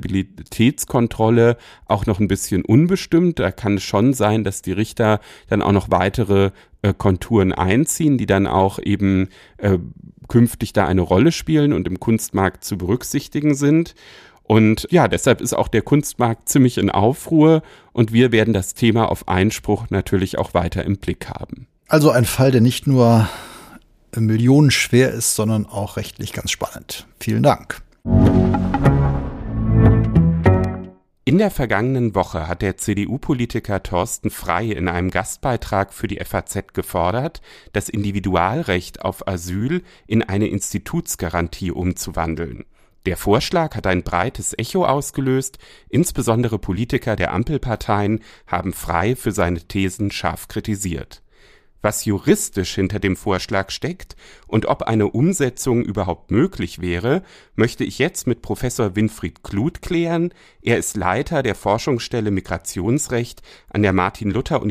Plausibilitätskontrolle auch noch ein bisschen unbestimmt. Da kann es schon sein, dass die Richter dann auch noch weitere äh, Konturen einziehen, die dann auch eben äh, künftig da eine Rolle spielen und im Kunstmarkt zu berücksichtigen sind. Und ja, deshalb ist auch der Kunstmarkt ziemlich in Aufruhr und wir werden das Thema auf Einspruch natürlich auch weiter im Blick haben. Also ein Fall, der nicht nur millionenschwer ist, sondern auch rechtlich ganz spannend. Vielen Dank. In der vergangenen Woche hat der C D U-Politiker Thorsten Frey in einem Gastbeitrag für die F A Z gefordert, das Individualrecht auf Asyl in eine Institutsgarantie umzuwandeln. Der Vorschlag hat ein breites Echo ausgelöst, insbesondere Politiker der Ampelparteien haben Frey für seine Thesen scharf kritisiert. Was juristisch hinter dem Vorschlag steckt und ob eine Umsetzung überhaupt möglich wäre, möchte ich jetzt mit Professor Winfried Kluth klären. Er ist Leiter der Forschungsstelle Migrationsrecht an der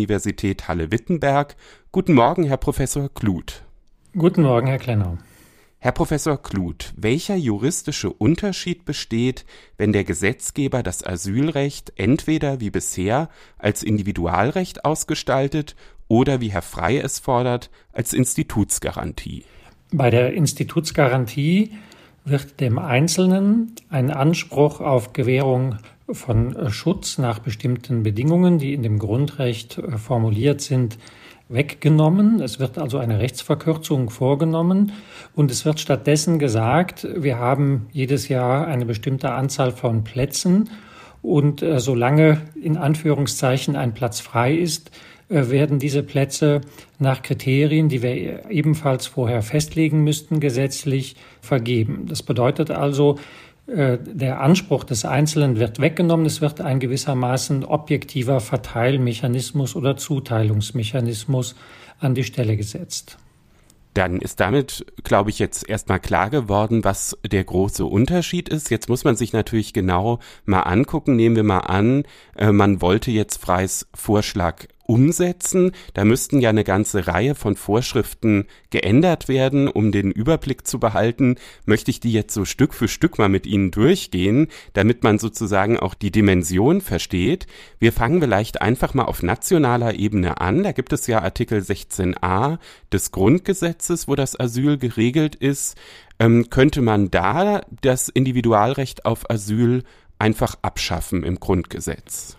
Martin-Luther-Universität Halle-Wittenberg. Guten Morgen, Herr Professor Kluth. Guten Morgen, Herr Klenau. Herr Professor Kluth, welcher juristische Unterschied besteht, wenn der Gesetzgeber das Asylrecht entweder wie bisher als Individualrecht ausgestaltet oder, wie Herr Frey es fordert, als Institutsgarantie? Bei der Institutsgarantie wird dem Einzelnen ein Anspruch auf Gewährung von Schutz nach bestimmten Bedingungen, die in dem Grundrecht formuliert sind, weggenommen. Es wird also eine Rechtsverkürzung vorgenommen und es wird stattdessen gesagt, wir haben jedes Jahr eine bestimmte Anzahl von Plätzen und äh, solange in Anführungszeichen ein Platz frei ist, äh, werden diese Plätze nach Kriterien, die wir ebenfalls vorher festlegen müssten, gesetzlich vergeben. Das bedeutet also, der Anspruch des Einzelnen wird weggenommen. Es wird ein gewissermaßen objektiver Verteilmechanismus oder Zuteilungsmechanismus an die Stelle gesetzt. Dann ist damit, glaube ich, jetzt erstmal klar geworden, was der große Unterschied ist. Jetzt muss man sich natürlich genau mal angucken. Nehmen wir mal an, man wollte jetzt Freys Vorschlag umsetzen. Da müssten ja eine ganze Reihe von Vorschriften geändert werden, um den Überblick zu behalten. Möchte ich die jetzt so Stück für Stück mal mit Ihnen durchgehen, damit man sozusagen auch die Dimension versteht. Wir fangen vielleicht einfach mal auf nationaler Ebene an. Da gibt es ja Artikel sechzehn a des Grundgesetzes, wo das Asyl geregelt ist. Ähm, könnte man da das Individualrecht auf Asyl einfach abschaffen im Grundgesetz?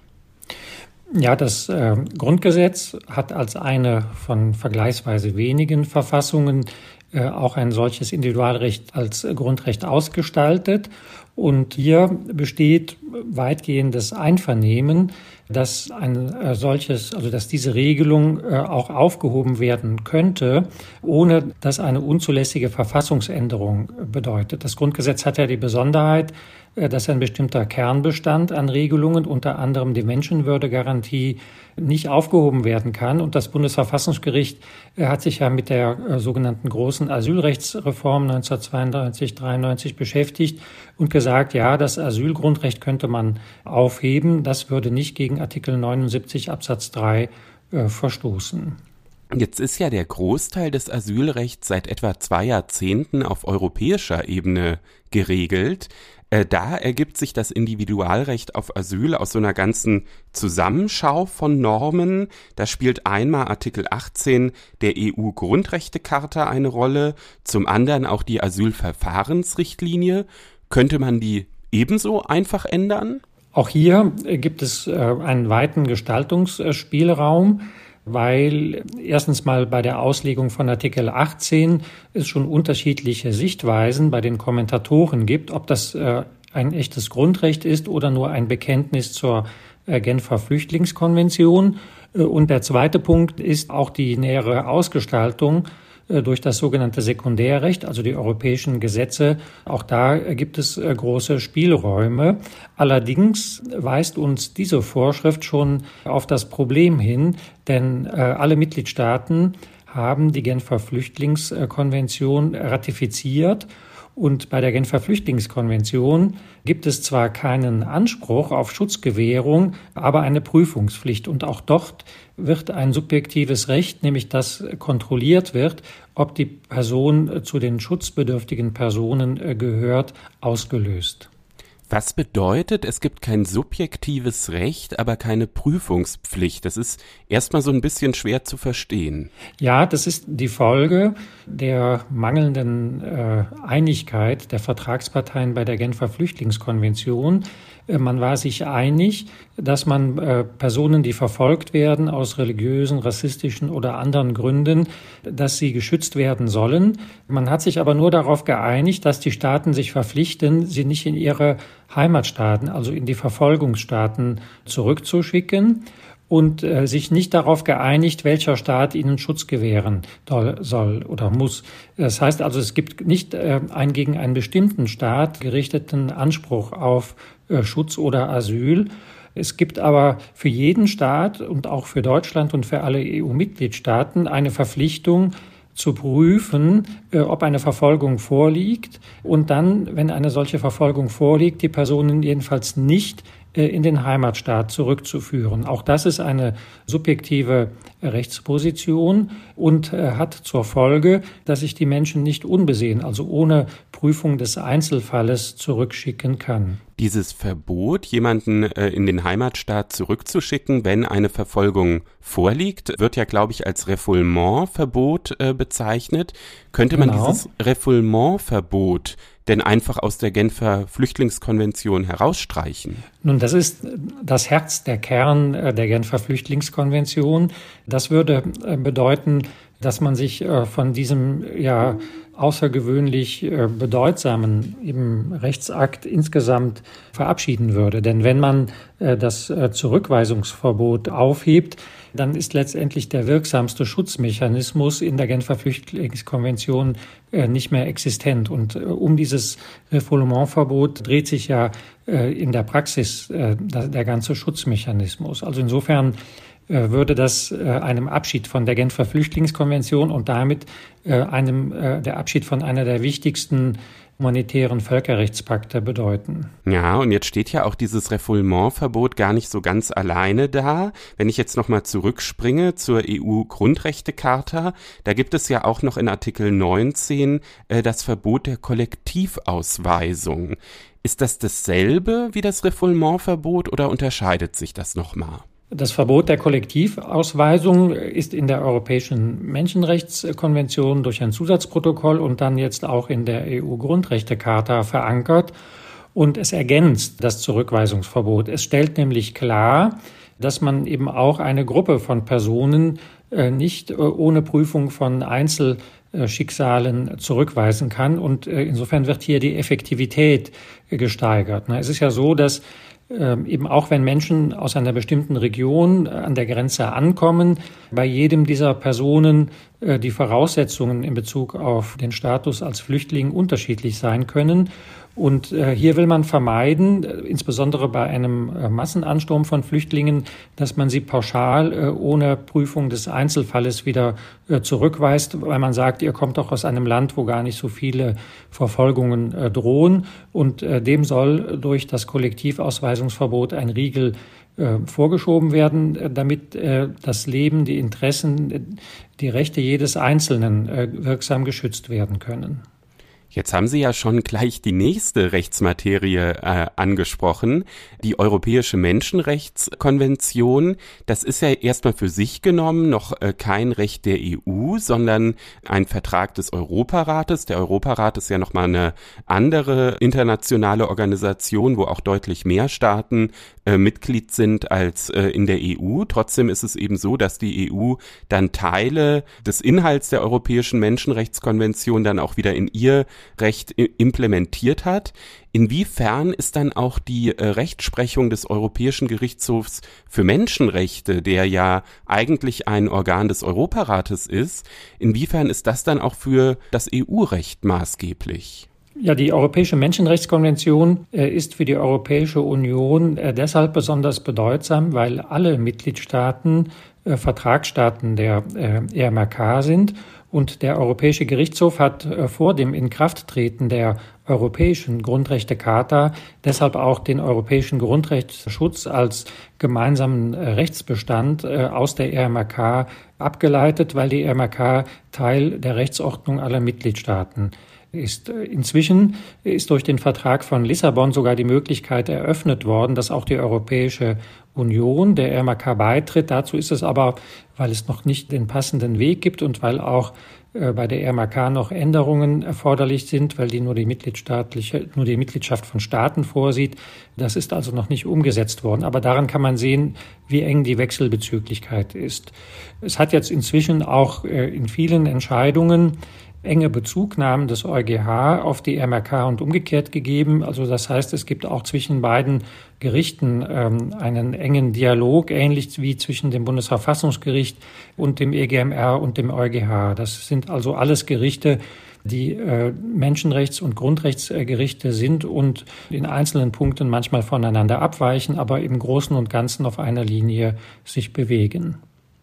Ja, das äh, Grundgesetz hat als eine von vergleichsweise wenigen Verfassungen äh, auch ein solches Individualrecht als äh, Grundrecht ausgestaltet. Und hier besteht weitgehendes Einvernehmen, dass ein äh, solches, also dass diese Regelung äh, auch aufgehoben werden könnte, ohne dass eine unzulässige Verfassungsänderung bedeutet. Das Grundgesetz hat ja die Besonderheit, dass ein bestimmter Kernbestand an Regelungen, unter anderem die Menschenwürdegarantie, nicht aufgehoben werden kann. Und das Bundesverfassungsgericht hat sich ja mit der sogenannten großen Asylrechtsreform neunzehnhundertzweiundneunzig dreiundneunzig beschäftigt und gesagt, ja, das Asylgrundrecht könnte man aufheben. Das würde nicht gegen Artikel neunundsiebzig Absatz drei äh, verstoßen. Jetzt ist ja der Großteil des Asylrechts seit etwa zwei Jahrzehnten auf europäischer Ebene geregelt. Äh, da ergibt sich das Individualrecht auf Asyl aus so einer ganzen Zusammenschau von Normen. Da spielt einmal Artikel achtzehn der E U-Grundrechtecharta eine Rolle, zum anderen auch die Asylverfahrensrichtlinie. Könnte man die ebenso einfach ändern? Auch hier gibt es äh, einen weiten Gestaltungsspielraum, weil erstens mal bei der Auslegung von Artikel achtzehn es schon unterschiedliche Sichtweisen bei den Kommentatoren gibt, ob das äh, ein echtes Grundrecht ist oder nur ein Bekenntnis zur äh, Genfer Flüchtlingskonvention. Äh, und der zweite Punkt ist auch die nähere Ausgestaltung äh, durch das sogenannte Sekundärrecht, also die europäischen Gesetze. Auch da äh, gibt es äh, große Spielräume. Allerdings weist uns diese Vorschrift schon auf das Problem hin, denn äh, alle Mitgliedstaaten haben die Genfer Flüchtlingskonvention ratifiziert. Und bei der Genfer Flüchtlingskonvention gibt es zwar keinen Anspruch auf Schutzgewährung, aber eine Prüfungspflicht. Und auch dort wird ein subjektives Recht, nämlich dass kontrolliert wird, ob die Person zu den schutzbedürftigen Personen gehört, ausgelöst. Was bedeutet, es gibt kein subjektives Recht, aber keine Prüfungspflicht? Das ist erstmal so ein bisschen schwer zu verstehen. Ja, das ist die Folge der mangelnden äh, Einigkeit der Vertragsparteien bei der Genfer Flüchtlingskonvention. Äh, man war sich einig, dass man äh, Personen, die verfolgt werden aus religiösen, rassistischen oder anderen Gründen, dass sie geschützt werden sollen. Man hat sich aber nur darauf geeinigt, dass die Staaten sich verpflichten, sie nicht in ihre Heimatstaaten, also in die Verfolgungsstaaten zurückzuschicken und äh, sich nicht darauf geeinigt, welcher Staat ihnen Schutz gewähren soll oder muss. Das heißt also, es gibt nicht äh, einen gegen einen bestimmten Staat gerichteten Anspruch auf äh, Schutz oder Asyl. Es gibt aber für jeden Staat und auch für Deutschland und für alle E U-Mitgliedstaaten eine Verpflichtung, zu prüfen, äh, ob eine Verfolgung vorliegt und dann, wenn eine solche Verfolgung vorliegt, die Personen jedenfalls nicht in den Heimatstaat zurückzuführen. Auch das ist eine subjektive Rechtsposition und hat zur Folge, dass ich die Menschen nicht unbesehen, also ohne Prüfung des Einzelfalles zurückschicken kann. Dieses Verbot, jemanden äh, in den Heimatstaat zurückzuschicken, wenn eine Verfolgung vorliegt, wird ja, glaube ich, als Refoulementverbot äh, bezeichnet. Könnte man Genau. dieses Refoulementverbot denn einfach aus der Genfer Flüchtlingskonvention herausstreichen? Nun, das ist das Herz, der Kern der Genfer Flüchtlingskonvention. Das würde bedeuten, dass man sich von diesem ja außergewöhnlich bedeutsamen eben Rechtsakt insgesamt verabschieden würde. Denn wenn man das Zurückweisungsverbot aufhebt, dann ist letztendlich der wirksamste Schutzmechanismus in der Genfer Flüchtlingskonvention nicht mehr existent. Und um dieses Refoulementverbot dreht sich ja in der Praxis der ganze Schutzmechanismus. Also insofern würde das einem Abschied von der Genfer Flüchtlingskonvention und damit einem der Abschied von einer der wichtigsten humanitären Völkerrechtspakte bedeuten. Ja, und jetzt steht ja auch dieses Refoulementverbot gar nicht so ganz alleine da. Wenn ich jetzt nochmal zurückspringe zur E U-Grundrechtecharta, da gibt es ja auch noch in Artikel neunzehn äh, das Verbot der Kollektivausweisung. Ist das dasselbe wie das Refoulementverbot oder unterscheidet sich das nochmal? Das Verbot der Kollektivausweisung ist in der Europäischen Menschenrechtskonvention durch ein Zusatzprotokoll und dann jetzt auch in der E U-Grundrechtecharta verankert. Und es ergänzt das Zurückweisungsverbot. Es stellt nämlich klar, dass man eben auch eine Gruppe von Personen nicht ohne Prüfung von Einzelschicksalen zurückweisen kann. Und insofern wird hier die Effektivität gesteigert. Es ist ja so, dass eben auch wenn Menschen aus einer bestimmten Region an der Grenze ankommen, bei jedem dieser Personen die Voraussetzungen in Bezug auf den Status als Flüchtling unterschiedlich sein können. Und hier will man vermeiden, insbesondere bei einem Massenansturm von Flüchtlingen, dass man sie pauschal ohne Prüfung des Einzelfalles wieder zurückweist, weil man sagt, ihr kommt doch aus einem Land, wo gar nicht so viele Verfolgungen drohen. Und dem soll durch das Kollektivausweisungsverbot ein Riegel vorgeschoben werden, damit das Leben, die Interessen, die Rechte jedes Einzelnen wirksam geschützt werden können. Jetzt haben Sie ja schon gleich die nächste Rechtsmaterie äh, angesprochen, die Europäische Menschenrechtskonvention. Das ist ja erstmal für sich genommen noch äh, kein Recht der E U, sondern ein Vertrag des Europarates. Der Europarat ist ja nochmal eine andere internationale Organisation, wo auch deutlich mehr Staaten äh, Mitglied sind als äh, in der E U. Trotzdem ist es eben so, dass die E U dann Teile des Inhalts der Europäischen Menschenrechtskonvention dann auch wieder in ihr Recht implementiert hat. Inwiefern ist dann auch die äh, Rechtsprechung des Europäischen Gerichtshofs für Menschenrechte, der ja eigentlich ein Organ des Europarates ist, inwiefern ist das dann auch für das E U-Recht maßgeblich? Ja, die Europäische Menschenrechtskonvention äh, ist für die Europäische Union äh, deshalb besonders bedeutsam, weil alle Mitgliedstaaten äh, Vertragsstaaten der äh, E M R K sind. Und der Europäische Gerichtshof hat äh, vor dem Inkrafttreten der Europäischen Grundrechtecharta deshalb auch den Europäischen Grundrechtsschutz als gemeinsamen äh, Rechtsbestand äh, aus der E M R K abgeleitet, weil die E M R K Teil der Rechtsordnung aller Mitgliedstaaten ist. Inzwischen ist durch den Vertrag von Lissabon sogar die Möglichkeit eröffnet worden, dass auch die Europäische Union der E M R K beitritt. Dazu ist es aber, weil es noch nicht den passenden Weg gibt und weil auch äh, bei der E M R K noch Änderungen erforderlich sind, weil die nur die mitgliedstaatliche, nur die Mitgliedschaft von Staaten vorsieht. Das ist also noch nicht umgesetzt worden. Aber daran kann man sehen, wie eng die Wechselbezüglichkeit ist. Es hat jetzt inzwischen auch äh, in vielen Entscheidungen enge Bezugnahmen des EuGH auf die E M R K und umgekehrt gegeben. Also das heißt, es gibt auch zwischen beiden Gerichten ähm, einen engen Dialog, ähnlich wie zwischen dem Bundesverfassungsgericht und dem E G M R und dem EuGH. Das sind also alles Gerichte, die äh, Menschenrechts- und Grundrechtsgerichte sind und in einzelnen Punkten manchmal voneinander abweichen, aber im Großen und Ganzen auf einer Linie sich bewegen.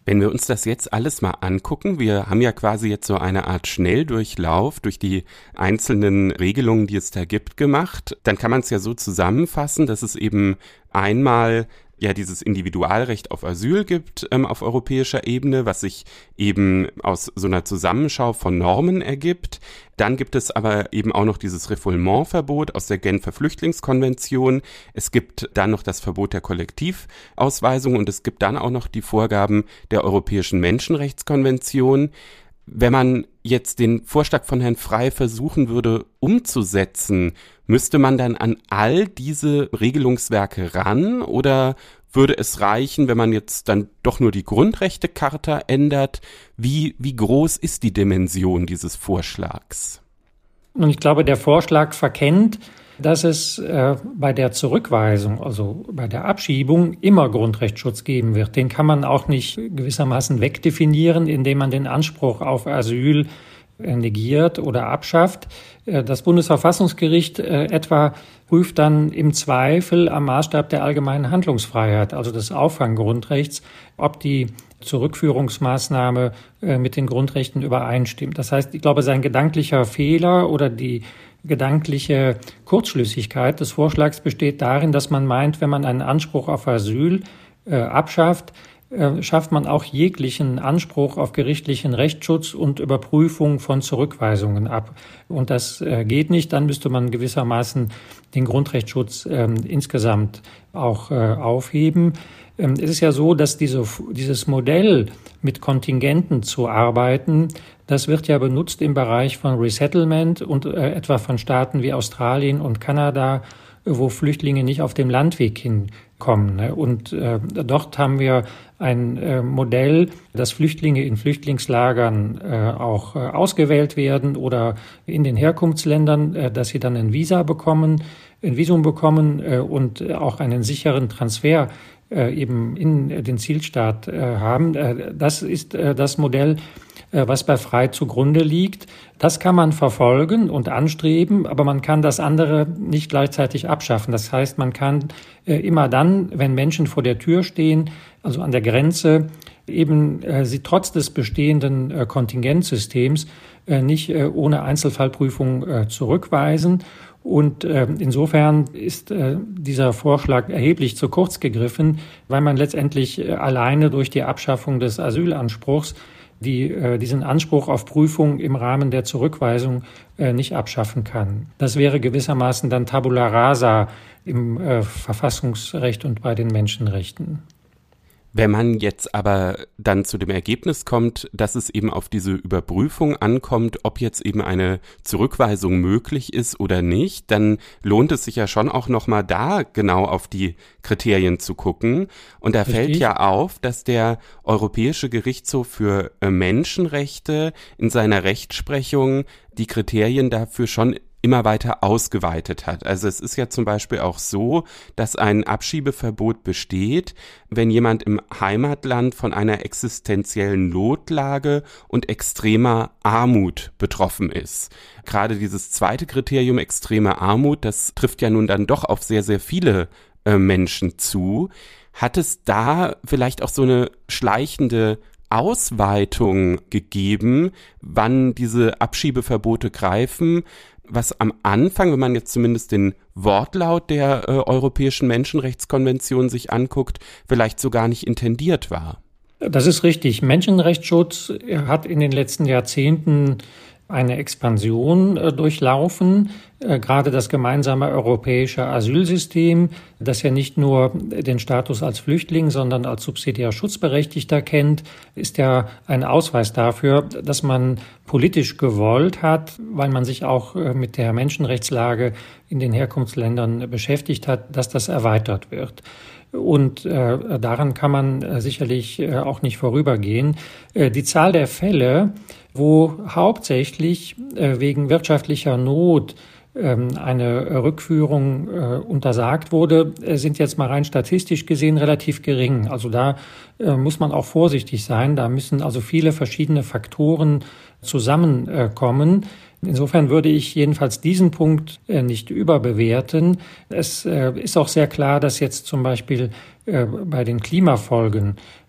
Wenn wir uns das jetzt alles mal angucken, wir haben ja quasi jetzt so eine Art Schnelldurchlauf durch die einzelnen Regelungen, die es da gibt, gemacht, dann kann man es ja so zusammenfassen, dass es eben einmal ja dieses Individualrecht auf Asyl gibt ähm, auf europäischer Ebene, was sich eben aus so einer Zusammenschau von Normen ergibt. Dann gibt es aber eben auch noch dieses Refoulementverbot aus der Genfer Flüchtlingskonvention. Es gibt dann noch das Verbot der Kollektivausweisung und es gibt dann auch noch die Vorgaben der Europäischen Menschenrechtskonvention. Wenn man jetzt den Vorschlag von Herrn Frey versuchen würde umzusetzen, müsste man dann an all diese Regelungswerke ran oder würde es reichen, wenn man jetzt dann doch nur die Grundrechtecharta ändert? Wie, wie groß ist die Dimension dieses Vorschlags? Und ich glaube, der Vorschlag verkennt, dass es äh, bei der Zurückweisung, also bei der Abschiebung, immer Grundrechtsschutz geben wird. Den kann man auch nicht gewissermaßen wegdefinieren, indem man den Anspruch auf Asyl negiert oder abschafft. Das Bundesverfassungsgericht äh, etwa prüft dann im Zweifel am Maßstab der allgemeinen Handlungsfreiheit, also des Auffanggrundrechts, ob die Zurückführungsmaßnahme äh, mit den Grundrechten übereinstimmt. Das heißt, ich glaube, sein gedanklicher Fehler oder die gedankliche Kurzschlüssigkeit des Vorschlags besteht darin, dass man meint, wenn man einen Anspruch auf Asyl äh, abschafft, äh, schafft man auch jeglichen Anspruch auf gerichtlichen Rechtsschutz und Überprüfung von Zurückweisungen ab. Und das äh, geht nicht, dann müsste man gewissermaßen den Grundrechtsschutz äh, insgesamt auch äh, aufheben. Ähm, es ist ja so, dass diese, dieses Modell mit Kontingenten zu arbeiten, das wird ja benutzt im Bereich von Resettlement und äh, etwa von Staaten wie Australien und Kanada, wo Flüchtlinge nicht auf dem Landweg hinkommen. Ne? Und äh, dort haben wir ein äh, Modell, dass Flüchtlinge in Flüchtlingslagern äh, auch äh, ausgewählt werden oder in den Herkunftsländern, äh, dass sie dann ein Visa bekommen, ein Visum bekommen äh, und auch einen sicheren Transfer äh, eben in den Zielstaat äh, haben. Äh, das ist äh, das Modell, was bei Frey zugrunde liegt. Das kann man verfolgen und anstreben, aber man kann das andere nicht gleichzeitig abschaffen. Das heißt, man kann äh, immer dann, wenn Menschen vor der Tür stehen, also an der Grenze, eben äh, sie trotz des bestehenden äh, Kontingentsystems äh, nicht äh, ohne Einzelfallprüfung äh, zurückweisen. Und äh, insofern ist äh, dieser Vorschlag erheblich zu kurz gegriffen, weil man letztendlich äh, alleine durch die Abschaffung des Asylanspruchs die äh, diesen Anspruch auf Prüfung im Rahmen der Zurückweisung äh, nicht abschaffen kann. Das wäre gewissermaßen dann Tabula rasa im äh, Verfassungsrecht und bei den Menschenrechten. Wenn man jetzt aber dann zu dem Ergebnis kommt, dass es eben auf diese Überprüfung ankommt, ob jetzt eben eine Zurückweisung möglich ist oder nicht, dann lohnt es sich ja schon auch nochmal da genau auf die Kriterien zu gucken. Und da Richtig. Fällt ja auf, dass der Europäische Gerichtshof für Menschenrechte in seiner Rechtsprechung die Kriterien dafür schon immer weiter ausgeweitet hat. Also es ist ja zum Beispiel auch so, dass ein Abschiebeverbot besteht, wenn jemand im Heimatland von einer existenziellen Notlage und extremer Armut betroffen ist. Gerade dieses zweite Kriterium, extreme Armut, das trifft ja nun dann doch auf sehr, sehr viele äh, Menschen zu. Hat es da vielleicht auch so eine schleichende Ausweitung gegeben, wann diese Abschiebeverbote greifen, was am Anfang, wenn man jetzt zumindest den Wortlaut der äh, Europäischen Menschenrechtskonvention sich anguckt, vielleicht so gar nicht intendiert war? Das ist richtig. Menschenrechtsschutz hat in den letzten Jahrzehnten eine Expansion äh, durchlaufen. Äh, gerade das gemeinsame europäische Asylsystem, das ja nicht nur den Status als Flüchtling, sondern als subsidiär Schutzberechtigter kennt, ist ja ein Ausweis dafür, dass man politisch gewollt hat, weil man sich auch äh, mit der Menschenrechtslage in den Herkunftsländern beschäftigt hat, dass das erweitert wird. Und äh, daran kann man äh, sicherlich äh, auch nicht vorübergehen. Äh, die Zahl der Fälle, wo hauptsächlich äh, wegen wirtschaftlicher Not ähm, eine Rückführung äh, untersagt wurde, äh, sind jetzt mal rein statistisch gesehen relativ gering. Also da äh, muss man auch vorsichtig sein. Da müssen also viele verschiedene Faktoren zusammenkommen. Äh, Insofern würde ich jedenfalls diesen Punkt äh, nicht überbewerten. Es äh, ist auch sehr klar, dass jetzt zum Beispiel äh, bei den Klimafolgen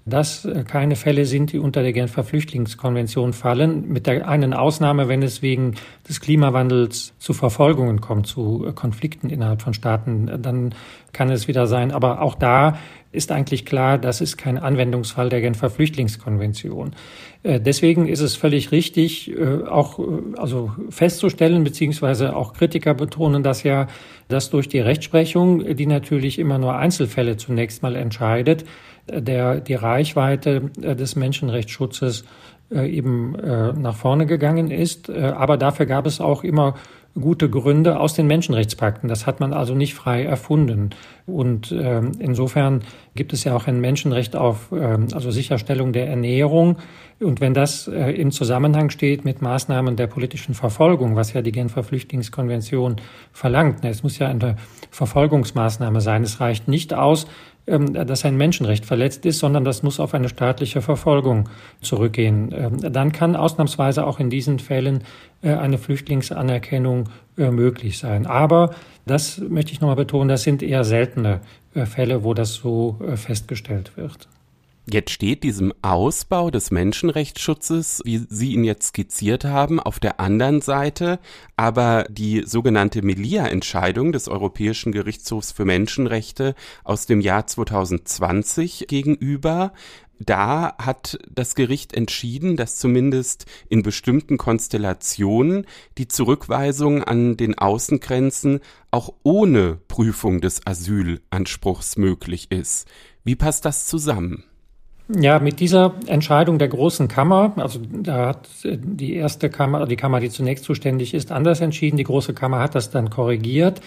das keine Fälle sind, die unter der Genfer Flüchtlingskonvention fallen, mit der einen Ausnahme, wenn es wegen des Klimawandels zu Verfolgungen kommt, zu Konflikten innerhalb von Staaten, dann kann es wieder sein. Aber auch da ist eigentlich klar, das ist kein Anwendungsfall der Genfer Flüchtlingskonvention. Deswegen ist es völlig richtig, auch also festzustellen, beziehungsweise auch Kritiker betonen das ja, dass durch die Rechtsprechung, die natürlich immer nur Einzelfälle zunächst mal entscheidet, der die Reichweite des Menschenrechtsschutzes eben nach vorne gegangen ist. Aber dafür gab es auch immer gute Gründe aus den Menschenrechtspakten. Das hat man also nicht frei erfunden. Und äh, insofern gibt es ja auch ein Menschenrecht auf äh, also Sicherstellung der Ernährung. Und wenn das äh, im Zusammenhang steht mit Maßnahmen der politischen Verfolgung, was ja die Genfer Flüchtlingskonvention verlangt, es muss ja eine Verfolgungsmaßnahme sein. Es reicht nicht aus, dass ein Menschenrecht verletzt ist, sondern das muss auf eine staatliche Verfolgung zurückgehen. Dann kann ausnahmsweise auch in diesen Fällen eine Flüchtlingsanerkennung möglich sein. Aber, das möchte ich nochmal betonen, das sind eher seltene Fälle, wo das so festgestellt wird. Jetzt steht diesem Ausbau des Menschenrechtsschutzes, wie Sie ihn jetzt skizziert haben, auf der anderen Seite aber die sogenannte Melia-Entscheidung des Europäischen Gerichtshofs für Menschenrechte aus dem Jahr zweitausendzwanzig gegenüber. Da hat das Gericht entschieden, dass zumindest in bestimmten Konstellationen die Zurückweisung an den Außengrenzen auch ohne Prüfung des Asylanspruchs möglich ist. Wie passt das zusammen? Ja, mit dieser Entscheidung der Großen Kammer, also da hat die erste Kammer, die Kammer, die zunächst zuständig ist, anders entschieden. Die Große Kammer hat das dann korrigiert.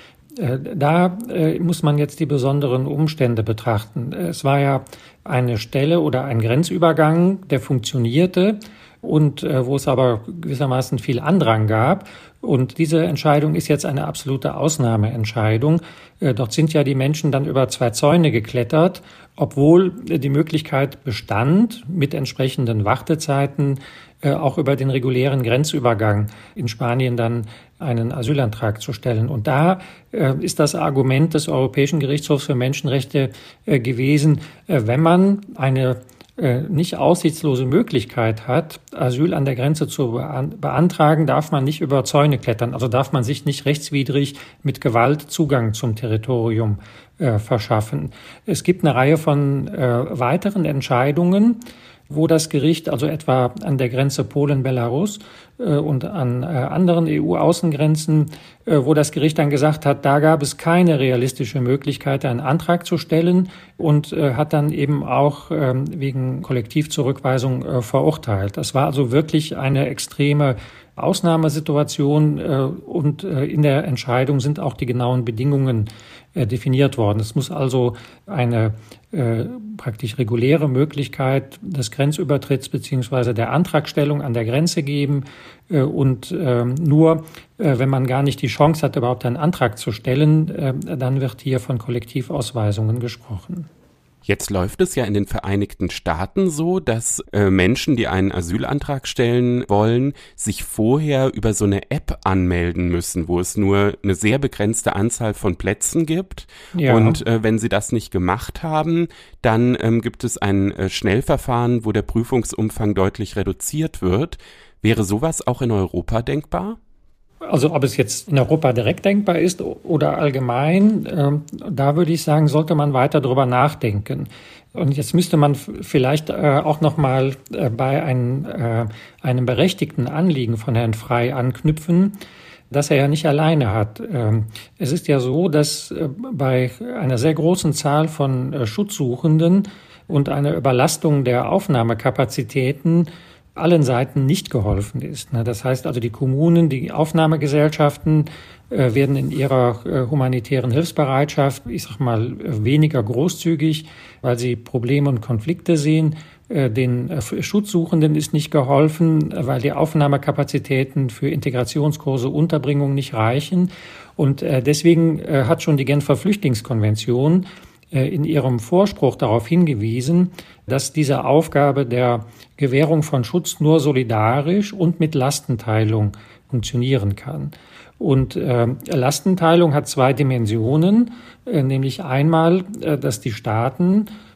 Da muss man jetzt die besonderen Umstände betrachten. Es war ja eine Stelle oder ein Grenzübergang, der funktionierte und wo es aber gewissermaßen viel Andrang gab. Und diese Entscheidung ist jetzt eine absolute Ausnahmeentscheidung. Dort sind ja die Menschen dann über zwei Zäune geklettert, obwohl die Möglichkeit bestand, mit entsprechenden Wartezeiten auch über den regulären Grenzübergang in Spanien dann einen Asylantrag zu stellen. Und da ist das Argument des Europäischen Gerichtshofs für Menschenrechte gewesen, wenn man eine nicht aussichtslose Möglichkeit hat, Asyl an der Grenze zu beantragen, darf man nicht über Zäune klettern. Also darf man sich nicht rechtswidrig mit Gewalt Zugang zum Territorium äh, verschaffen. Es gibt eine Reihe von äh, weiteren Entscheidungen, wo das Gericht, also etwa an der Grenze Polen-Belarus äh, und an äh, anderen E U-Außengrenzen, äh, wo das Gericht dann gesagt hat, da gab es keine realistische Möglichkeit, einen Antrag zu stellen und äh, hat dann eben auch äh, wegen Kollektivzurückweisung äh, verurteilt. Das war also wirklich eine extreme Ausnahmesituation äh, und äh, in der Entscheidung sind auch die genauen Bedingungen äh, definiert worden. Es muss also eine äh, praktisch reguläre Möglichkeit des Grenzübertritts beziehungsweise der Antragstellung an der Grenze geben äh, und äh, nur äh, wenn man gar nicht die Chance hat, überhaupt einen Antrag zu stellen, äh, dann wird hier von Kollektivausweisungen gesprochen. Jetzt läuft es ja in den Vereinigten Staaten so, dass äh, Menschen, die einen Asylantrag stellen wollen, sich vorher über so eine App anmelden müssen, wo es nur eine sehr begrenzte Anzahl von Plätzen gibt. Ja. Und äh, wenn sie das nicht gemacht haben, dann ähm, gibt es ein äh, Schnellverfahren, wo der Prüfungsumfang deutlich reduziert wird. Wäre sowas auch in Europa denkbar? Also ob es jetzt in Europa direkt denkbar ist oder allgemein, äh, da würde ich sagen, sollte man weiter drüber nachdenken. Und jetzt müsste man f- vielleicht äh, auch noch mal äh, bei ein, äh, einem berechtigten Anliegen von Herrn Frey anknüpfen, das er ja nicht alleine hat. Ähm, es ist ja so, dass äh, bei einer sehr großen Zahl von äh, Schutzsuchenden und einer Überlastung der Aufnahmekapazitäten allen Seiten nicht geholfen ist. Das heißt also, die Kommunen, die Aufnahmegesellschaften äh, werden in ihrer äh, humanitären Hilfsbereitschaft, ich sag mal, weniger großzügig, weil sie Probleme und Konflikte sehen. Äh, den äh, Schutzsuchenden ist nicht geholfen, weil die Aufnahmekapazitäten für Integrationskurse, Unterbringung nicht reichen. Und äh, deswegen äh, hat schon die Genfer Flüchtlingskonvention in ihrem Vorspruch darauf hingewiesen, dass diese Aufgabe der Gewährung von Schutz nur solidarisch und mit Lastenteilung funktionieren kann. Und äh, Lastenteilung hat zwei Dimensionen, äh, nämlich einmal, äh, dass die Staaten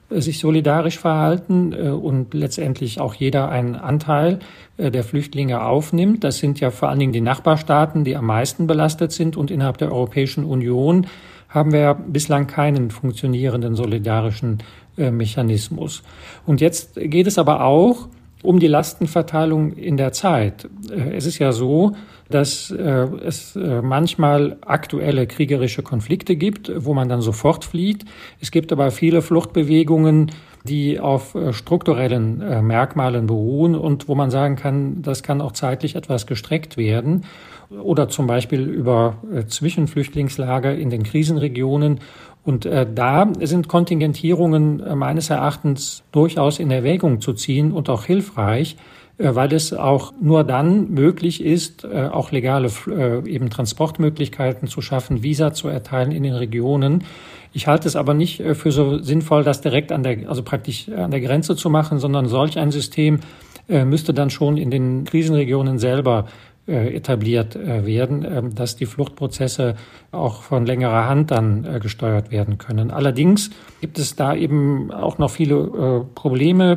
sich solidarisch verhalten und letztendlich auch jeder einen Anteil der Flüchtlinge aufnimmt. Das sind ja vor allen Dingen die Nachbarstaaten, die am meisten belastet sind. Und innerhalb der Europäischen Union haben wir bislang keinen funktionierenden solidarischen Mechanismus. Und jetzt geht es aber auch um die Lastenverteilung in der Zeit. Es ist ja so, dass äh, es äh, manchmal aktuelle kriegerische Konflikte gibt, wo man dann sofort flieht. Es gibt aber viele Fluchtbewegungen, die auf äh, strukturellen äh, Merkmalen beruhen und wo man sagen kann, das kann auch zeitlich etwas gestreckt werden. Oder zum Beispiel über äh, Zwischenflüchtlingslager in den Krisenregionen. Und äh, da sind Kontingentierungen äh, meines Erachtens durchaus in Erwägung zu ziehen und auch hilfreich, äh, weil es auch nur dann möglich ist, äh, auch legale äh, eben Transportmöglichkeiten zu schaffen, Visa zu erteilen in den Regionen. Ich halte es aber nicht äh, für so sinnvoll, das direkt an der, also praktisch an der Grenze zu machen, sondern solch ein System äh, müsste dann schon in den Krisenregionen selber etabliert werden, dass die Fluchtprozesse auch von längerer Hand dann gesteuert werden können. Allerdings gibt es da eben auch noch viele Probleme.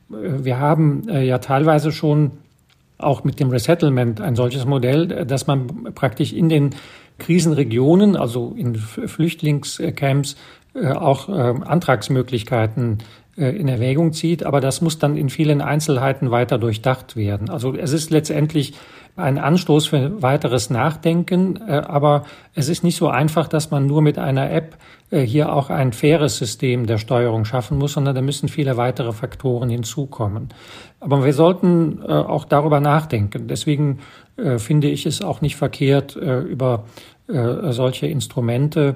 Wir haben ja teilweise schon auch mit dem Resettlement ein solches Modell, dass man praktisch in den Krisenregionen, also in Flüchtlingscamps, auch Antragsmöglichkeiten in Erwägung zieht. Aber das muss dann in vielen Einzelheiten weiter durchdacht werden. Also es ist letztendlich ein Anstoß für weiteres Nachdenken, aber es ist nicht so einfach, dass man nur mit einer App hier auch ein faires System der Steuerung schaffen muss, sondern da müssen viele weitere Faktoren hinzukommen. Aber wir sollten auch darüber nachdenken. Deswegen finde ich es auch nicht verkehrt, über solche Instrumente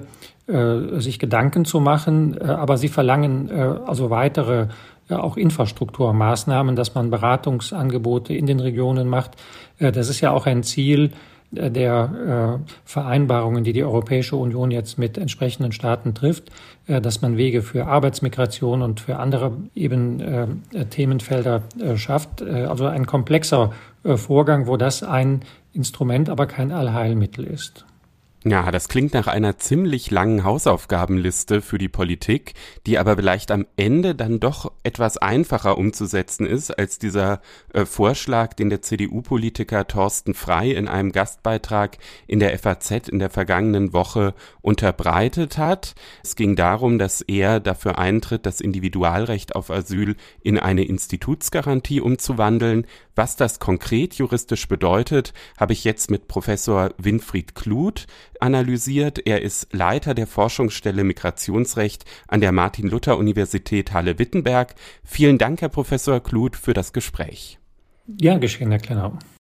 sich Gedanken zu machen, aber sie verlangen also weitere auch Infrastrukturmaßnahmen, dass man Beratungsangebote in den Regionen macht. Das ist ja auch ein Ziel der Vereinbarungen, die die Europäische Union jetzt mit entsprechenden Staaten trifft, dass man Wege für Arbeitsmigration und für andere eben Themenfelder schafft. Also ein komplexer Vorgang, wo das ein Instrument, aber kein Allheilmittel ist. Ja, das klingt nach einer ziemlich langen Hausaufgabenliste für die Politik, die aber vielleicht am Ende dann doch etwas einfacher umzusetzen ist als dieser äh, Vorschlag, den der C D U-Politiker Thorsten Frey in einem Gastbeitrag in der F A Z in der vergangenen Woche unterbreitet hat. Es ging darum, dass er dafür eintritt, das Individualrecht auf Asyl in eine Institutsgarantie umzuwandeln. Was das konkret juristisch bedeutet, habe ich jetzt mit Professor Winfried Kluth analysiert. Er ist Leiter der Forschungsstelle Migrationsrecht an der Martin-Luther-Universität Halle-Wittenberg. Vielen Dank, Herr Professor Kluth, für das Gespräch. Ja, geschehen, Herr Klenau.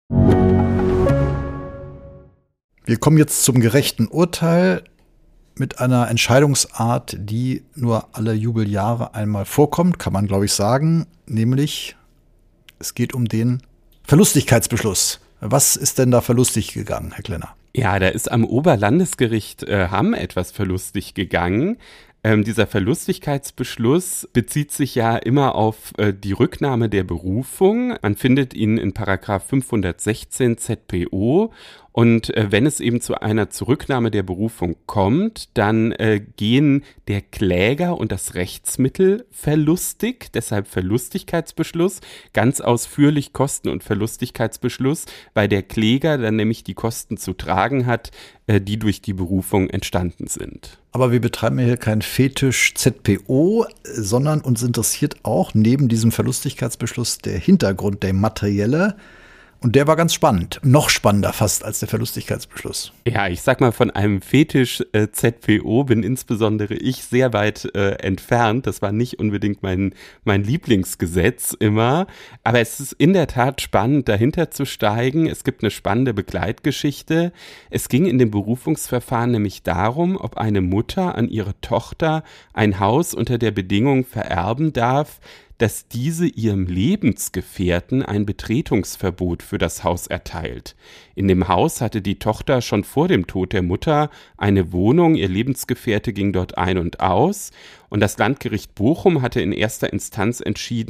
Wir kommen jetzt zum gerechten Urteil mit einer Entscheidungsart, die nur alle Jubeljahre einmal vorkommt, kann man, glaube ich, sagen, nämlich es geht um den Verlustigkeitsbeschluss. Was ist denn da verlustig gegangen, Herr Klenner? Ja, da ist am Oberlandesgericht äh, Hamm etwas verlustig gegangen. Ähm, dieser Verlustigkeitsbeschluss bezieht sich ja immer auf äh, die Rücknahme der Berufung. Man findet ihn in Paragraph fünfhundertsechzehn Z P O. Und äh, wenn es eben zu einer Zurücknahme der Berufung kommt, dann äh, gehen der Kläger und das Rechtsmittel verlustig, deshalb Verlustigkeitsbeschluss, ganz ausführlich Kosten- und Verlustigkeitsbeschluss, weil der Kläger dann nämlich die Kosten zu tragen hat, äh, die durch die Berufung entstanden sind. Aber wir betreiben hier keinen Fetisch Z P O, sondern uns interessiert auch neben diesem Verlustigkeitsbeschluss der Hintergrund, der materielle. Und der war ganz spannend, noch spannender fast als der Verlustigkeitsbeschluss. Ja, ich sag mal, von einem Fetisch äh, Z P O bin insbesondere ich sehr weit äh, entfernt. Das war nicht unbedingt mein, mein Lieblingsgesetz immer. Aber es ist in der Tat spannend, dahinter zu steigen. Es gibt eine spannende Begleitgeschichte. Es ging in dem Berufungsverfahren nämlich darum, ob eine Mutter an ihre Tochter ein Haus unter der Bedingung vererben darf, dass diese ihrem Lebensgefährten ein Betretungsverbot für das Haus erteilt. In dem Haus hatte die Tochter schon vor dem Tod der Mutter eine Wohnung, ihr Lebensgefährte ging dort ein und aus und das Landgericht Bochum hatte in erster Instanz entschieden,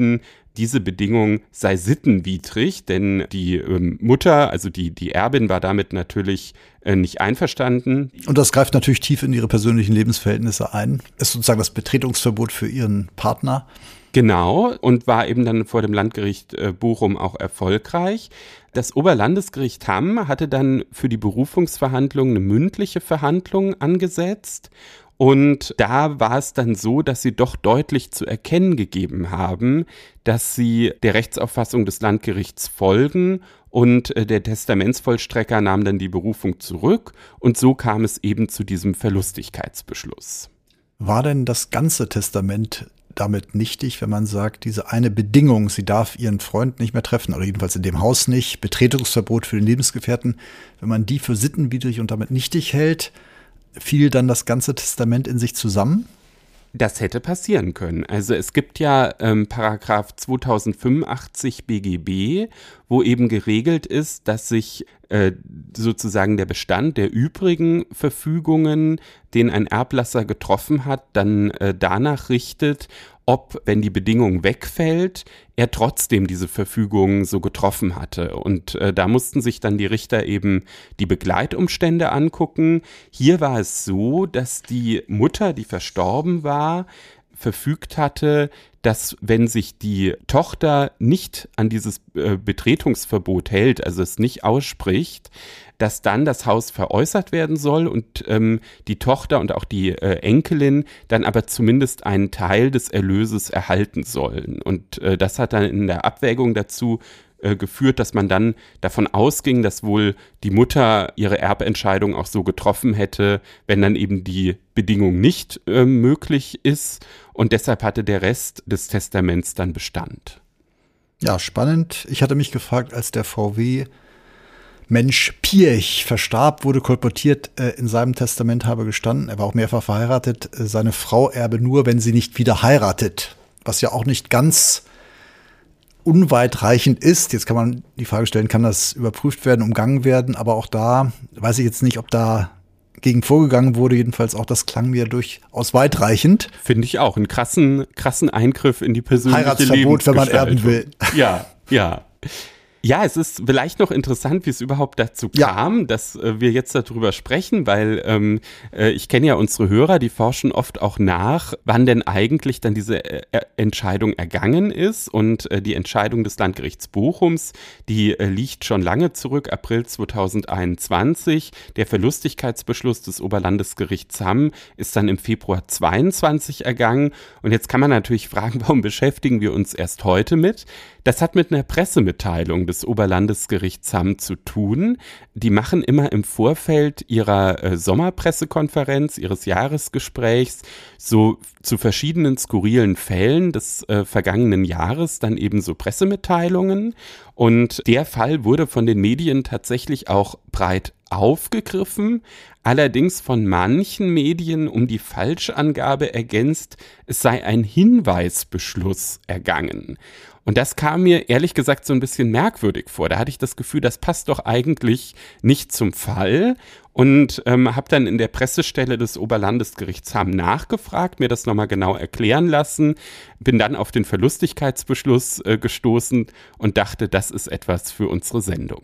diese Bedingung sei sittenwidrig, denn die ähm, Mutter, also die, die Erbin, war damit natürlich äh, nicht einverstanden. Und das greift natürlich tief in ihre persönlichen Lebensverhältnisse ein. Ist sozusagen das Betretungsverbot für ihren Partner. Genau, und war eben dann vor dem Landgericht äh, Bochum auch erfolgreich. Das Oberlandesgericht Hamm hatte dann für die Berufungsverhandlung eine mündliche Verhandlung angesetzt. Und da war es dann so, dass sie doch deutlich zu erkennen gegeben haben, dass sie der Rechtsauffassung des Landgerichts folgen, und äh, der Testamentsvollstrecker nahm dann die Berufung zurück, und so kam es eben zu diesem Verlustigkeitsbeschluss. War denn das ganze Testament damit nichtig, wenn man sagt, diese eine Bedingung, sie darf ihren Freund nicht mehr treffen, oder jedenfalls in dem Haus nicht, Betretungsverbot für den Lebensgefährten, wenn man die für sittenwidrig und damit nichtig hält, fiel dann das ganze Testament in sich zusammen? Das hätte passieren können. Also es gibt ja ähm, Paragraph zweitausendfünfundachtzig B G B, wo eben geregelt ist, dass sich äh, sozusagen der Bestand der übrigen Verfügungen, den ein Erblasser getroffen hat, dann äh, danach richtet, ob, wenn die Bedingung wegfällt, er trotzdem diese Verfügung so getroffen hatte. Und äh, da mussten sich dann die Richter eben die Begleitumstände angucken. Hier war es so, dass die Mutter, die verstorben war, verfügt hatte, dass wenn sich die Tochter nicht an dieses äh, Betretungsverbot hält, also es nicht ausspricht, dass dann das Haus veräußert werden soll und ähm, die Tochter und auch die äh, Enkelin dann aber zumindest einen Teil des Erlöses erhalten sollen. Und äh, das hat dann in der Abwägung dazu äh, geführt, dass man dann davon ausging, dass wohl die Mutter ihre Erbentscheidung auch so getroffen hätte, wenn dann eben die Bedingung nicht äh, möglich ist. Und deshalb hatte der Rest des Testaments dann Bestand. Ja, spannend. Ich hatte mich gefragt, als der V W Mensch Piech verstarb, wurde kolportiert, äh, in seinem Testament habe gestanden, er war auch mehrfach verheiratet, äh, seine Frau erbe nur, wenn sie nicht wieder heiratet. Was ja auch nicht ganz unweitreichend ist. Jetzt kann man die Frage stellen, kann das überprüft werden, umgangen werden? Aber auch da weiß ich jetzt nicht, ob da gegen vorgegangen wurde. Jedenfalls auch das klang mir durchaus weitreichend. Finde ich auch. Einen krassen, krassen Eingriff in die persönliche Heiratsverbot, wenn man erben will. Ja, ja. Ja, es ist vielleicht noch interessant, wie es überhaupt dazu kam, ja. dass äh, wir jetzt darüber sprechen, weil ähm, äh, ich kenne ja unsere Hörer, die forschen oft auch nach, wann denn eigentlich dann diese äh, Entscheidung ergangen ist. Und äh, die Entscheidung des Landgerichts Bochums, die äh, liegt schon lange zurück, April zweitausendeinundzwanzig. Der Verlustigkeitsbeschluss des Oberlandesgerichts Hamm ist dann im Februar zweiundzwanzig ergangen. Und jetzt kann man natürlich fragen, warum beschäftigen wir uns erst heute mit? Das hat mit einer Pressemitteilung des Oberlandesgerichts Hamm zu tun. Die machen immer im Vorfeld ihrer äh, Sommerpressekonferenz, ihres Jahresgesprächs, so zu verschiedenen skurrilen Fällen des äh, vergangenen Jahres dann eben so Pressemitteilungen. Und der Fall wurde von den Medien tatsächlich auch breit aufgegriffen, allerdings von manchen Medien um die Falschangabe ergänzt, es sei ein Hinweisbeschluss ergangen. Und das kam mir ehrlich gesagt so ein bisschen merkwürdig vor. Da hatte ich das Gefühl, das passt doch eigentlich nicht zum Fall. Und ähm, habe dann in der Pressestelle des Oberlandesgerichts Hamm nachgefragt, mir das nochmal genau erklären lassen, bin dann auf den Verlustigkeitsbeschluss äh, gestoßen und dachte, das ist etwas für unsere Sendung.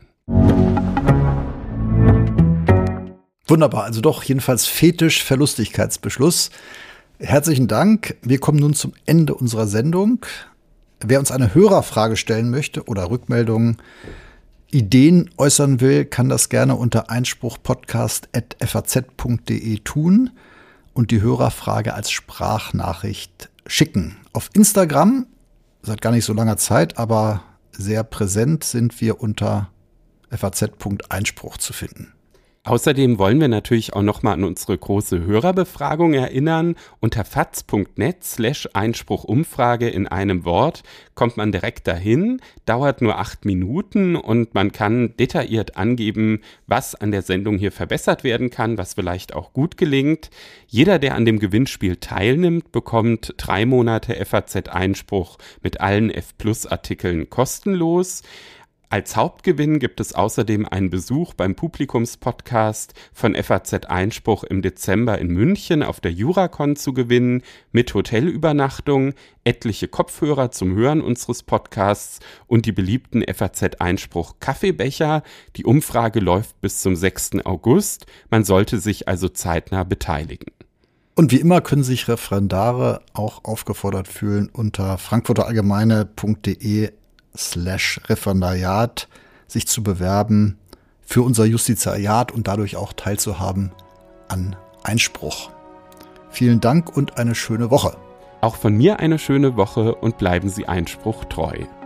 Wunderbar, also doch jedenfalls Fetisch Verlustigkeitsbeschluss. Herzlichen Dank. Wir kommen nun zum Ende unserer Sendung. Wer uns eine Hörerfrage stellen möchte oder Rückmeldungen, Ideen äußern will, kann das gerne unter einspruch podcast at f a z punkt d e tun und die Hörerfrage als Sprachnachricht schicken. Auf Instagram, seit gar nicht so langer Zeit, aber sehr präsent, sind wir unter f a z punkt einspruch zu finden. Außerdem wollen wir natürlich auch nochmal an unsere große Hörerbefragung erinnern. Unter faz punkt net slash Einspruchumfrage in einem Wort kommt man direkt dahin, dauert nur acht Minuten und man kann detailliert angeben, was an der Sendung hier verbessert werden kann, was vielleicht auch gut gelingt. Jeder, der an dem Gewinnspiel teilnimmt, bekommt drei Monate F A Z Einspruch mit allen F Plus Artikeln kostenlos. Als Hauptgewinn gibt es außerdem einen Besuch beim Publikumspodcast von F A Z Einspruch im Dezember in München auf der Juracon zu gewinnen, mit Hotelübernachtung, etliche Kopfhörer zum Hören unseres Podcasts und die beliebten F A Z Einspruch Kaffeebecher. Die Umfrage läuft bis zum sechsten August. Man sollte sich also zeitnah beteiligen. Und wie immer können sich Referendare auch aufgefordert fühlen, unter frankfurterallgemeine.de slash Referendariat sich zu bewerben für unser Justizariat und dadurch auch teilzuhaben an Einspruch. Vielen Dank und eine schöne Woche. Auch von mir eine schöne Woche und bleiben Sie Einspruch treu.